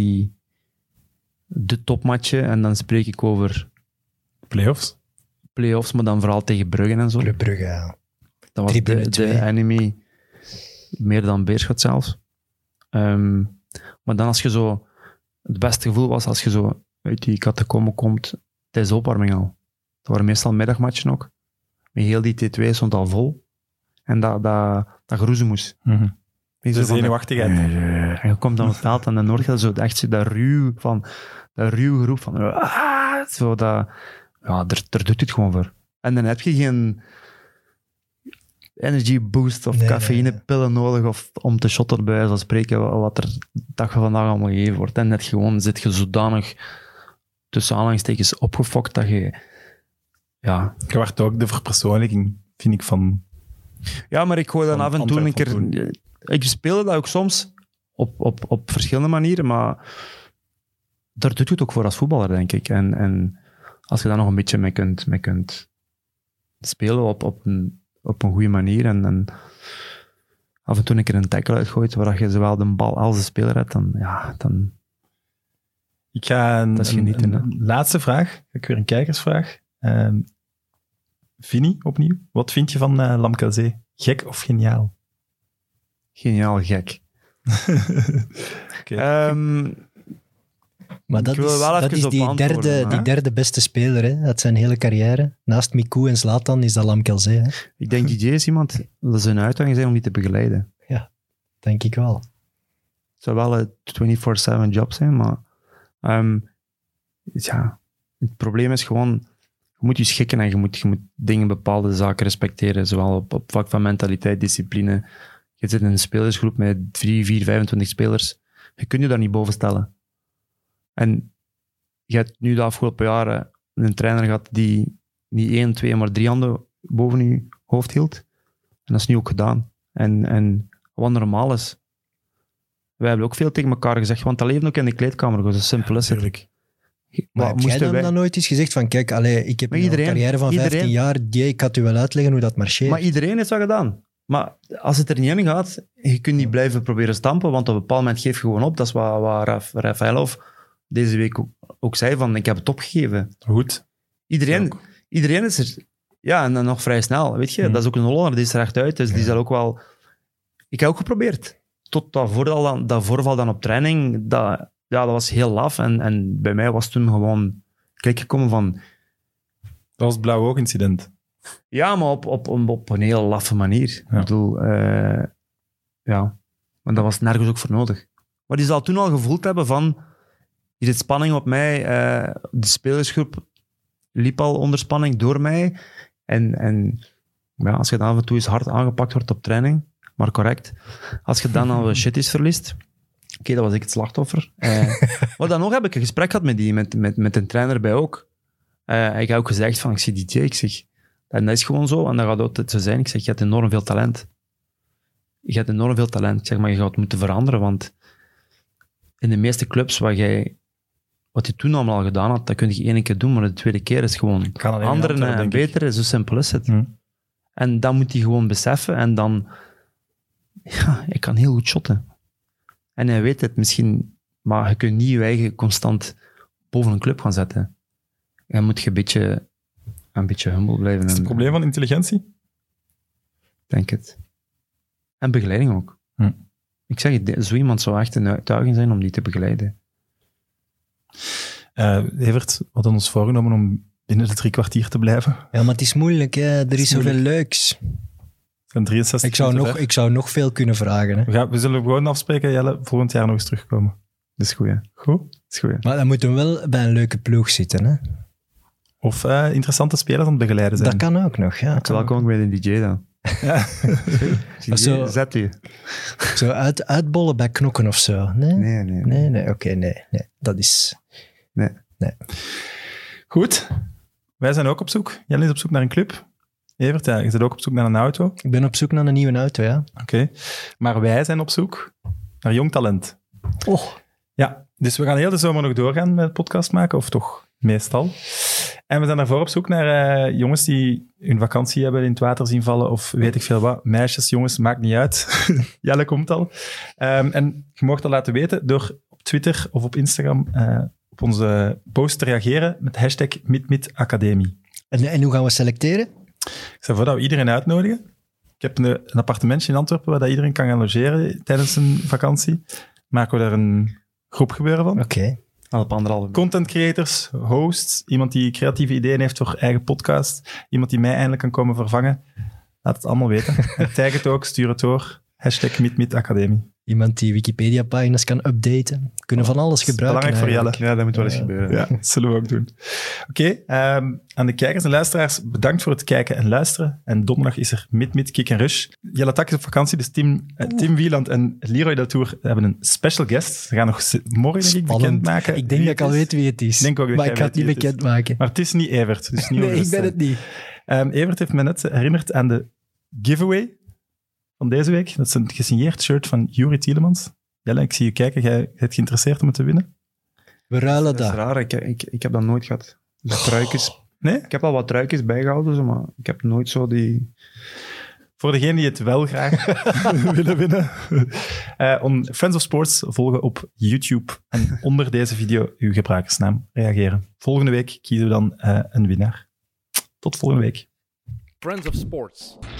de topmatchen. En dan spreek ik over play-offs, maar dan vooral tegen Brugge en zo. Club Brugge, ja. Dat was de enemy, meer dan Beerschot zelfs. Maar dan als je zo... Het beste gevoel was als je zo uit die catacombe komt tijdens de opwarming al. Dat waren meestal middagmatchen ook. Met heel die T2 stond al vol. En dat geroezemoes. De zenuwachtigheid. En je komt dan op het veld en dan hoor je zo echt dat ruw geroep van... zo dat, ja, daar doet het gewoon voor. En dan heb je geen energy boost of cafeïnepillen nodig of om te shotten bij wijze van spreken wat er dag van vandaag allemaal gegeven wordt. En net gewoon zit je zodanig tussen aanhalingstekens opgefokt dat je... Ja. Je werd ook de verpersoonlijking, vind ik, van... Ja, maar ik gooi dan af en toe een keer... Ik speelde dat ook soms op verschillende manieren, maar daar doet het ook voor als voetballer, denk ik. En als je daar nog een beetje mee kunt spelen op een goede manier en af en toe een keer een tackle uitgooit waar je zowel de bal als de speler hebt, dan ik ga dat is genieten, een laatste vraag. Ik weer een kijkersvraag. Vinnie, opnieuw. Wat vind je van Lamkelzee? Gek of geniaal? Geniaal gek. Maar dat is die derde beste speler, hè? Dat zijn hele carrière. Naast Miku en Zlatan is dat Lamkelzee. Hè? Ik denk, DJ is iemand, dat zou een uitdaging zijn om die te begeleiden. Ja, denk ik wel. Het zou wel een 24/7 job zijn, maar ja, het probleem is gewoon, je moet je schikken en je moet dingen, bepaalde zaken respecteren, zowel op vlak van mentaliteit, discipline. Je zit in een spelersgroep met 3, 4, 25 spelers. Je kunt je daar niet boven stellen. En je hebt nu de afgelopen jaren een trainer gehad die niet 1, 2, maar 3 handen boven je hoofd hield. En dat is nu ook gedaan. En wat normaal is. Wij hebben ook veel tegen elkaar gezegd, want dat leven ook in de kleedkamer. Zo simpel is het. Maar heb jij dan nooit eens gezegd van, kijk, ik heb een carrière van 15 jaar, ik had u wel uitleggen hoe dat marcheert. Maar iedereen heeft dat gedaan. Maar als het er niet in gaat, je kunt niet blijven proberen stampen, want op een bepaald moment geef je gewoon op. Dat is wat Rafaelov deze week ook zei, van ik heb het opgegeven. Goed. Iedereen is er... Ja, en dan nog vrij snel, weet je. Dat is ook een Hollander, die is er echt uit, dus die zal ook wel... Ik heb ook geprobeerd. Tot dat voorval dan op training, dat was heel laf. En bij mij was toen gewoon klik gekomen van... Dat was het blauwe oog-incident. Ja, maar op een heel laffe manier. Ja. Ik bedoel, maar dat was nergens ook voor nodig. Maar die zal toen al gevoeld hebben van... Hier zit spanning op mij. De spelersgroep liep al onder spanning door mij. En als je dan af en toe eens hard aangepakt wordt op training, maar correct. Als je dan al shit is verliest... Oké, dat was ik het slachtoffer. Maar dan nog heb ik een gesprek gehad met een trainer bij ook. Ik heb ook gezegd van, ik zie DJ, ik zeg... En dat is gewoon zo, en dat gaat altijd zo zijn. Ik zeg, je hebt enorm veel talent. Je hebt enorm veel talent. Ik zeg, maar je gaat moeten veranderen, want in de meeste clubs wat je toen allemaal gedaan had, dat kun je 1 keer doen, maar de tweede keer is gewoon anderen en beter. Zo simpel is het. En dat moet hij gewoon beseffen, en dan... Ja, ik kan heel goed shotten. En hij weet het misschien, maar je kunt niet je eigen constant boven een club gaan zetten. Dan moet je een beetje humble blijven. Is het een probleem van intelligentie? Denk het. En begeleiding ook. Ik zeg het, zo iemand zou echt een uitdaging zijn om die te begeleiden. Evert, we hadden ons voorgenomen om binnen de 3 kwartier te blijven. Ja, maar het is moeilijk, hè. Er is zoveel leuks. Het zijn 63 Ik zou nog veel kunnen vragen. Hè. We zullen gewoon afspreken, Jelle, volgend jaar nog eens terugkomen. Dat is goed, hè. Goed? Dat is goed, hè. Maar dan moeten we wel bij een leuke ploeg zitten. Hè. Of interessante spelers aan het begeleiden zijn. Dat kan ook nog, ja. Terwijl kom ik bij de DJ dan. Ja. Zo- Zet u. Zo uitbollen bij knokken of zo. Nee? Nee. Oké, nee. Dat is... Goed. Wij zijn ook op zoek. Jelle is op zoek naar een club. Evert, ja, je zit ook op zoek naar een auto. Ik ben op zoek naar een nieuwe auto, ja. Oké. Maar wij zijn op zoek naar jong talent. Oh. Ja, dus we gaan heel de zomer nog doorgaan met podcast maken, of toch meestal. En we zijn daarvoor op zoek naar jongens die hun vakantie hebben in het water zien vallen, of weet ik veel wat. Meisjes, jongens, maakt niet uit. Jelle komt al. En je mag dat laten weten door op Twitter of op Instagram op onze post te reageren met hashtag #MidMidAcademie. En hoe gaan we selecteren? Ik stel voor dat we iedereen uitnodigen. Ik heb een appartementje in Antwerpen waar dat iedereen kan gaan logeren tijdens een vakantie. Maken we daar een groep gebeuren van. Oké. Al op 1,5 Content creators, hosts, iemand die creatieve ideeën heeft voor eigen podcast, iemand die mij eindelijk kan komen vervangen. Laat het allemaal weten. En tag het ook, stuur het door. #MidMidAcademie. Iemand die Wikipedia-pagina's kan updaten. Kunnen van alles gebruiken. Belangrijk voor eigenlijk. Jelle. Ja, dat moet wel eens gebeuren. Ja, dat zullen we ook doen. Oké, aan de kijkers en luisteraars, bedankt voor het kijken en luisteren. En donderdag is er Mid Kick en Rush. Jelle Tak is op vakantie, dus Tim Wieland en Leroy Deltour hebben een special guest. Ze gaan nog morgen denk ik bekendmaken. Ik denk dat ik al weet wie het is. Denk ook dat maar jij ik ga het weet niet wie het is. bekendmaken. Maar het is niet Evert. Dus niet Nee, ik ben ongerust het niet. zijn. Evert heeft me net herinnerd aan de giveaway van deze week. Dat is een gesigneerd shirt van Juri Tielemans. Jelle, ik zie je kijken. Jij bent geïnteresseerd om het te winnen? We ruilen Dat is dat. raar, ik heb dat nooit gehad. De truikjes. Nee? Ik heb al wat truikjes bijgehouden, zo, maar ik heb nooit zo die... Voor degenen die het wel graag willen winnen, Friends of Sports volgen op YouTube en onder deze video uw gebruikersnaam reageren. Volgende week kiezen we dan een winnaar. Tot volgende week. Friends of Sports.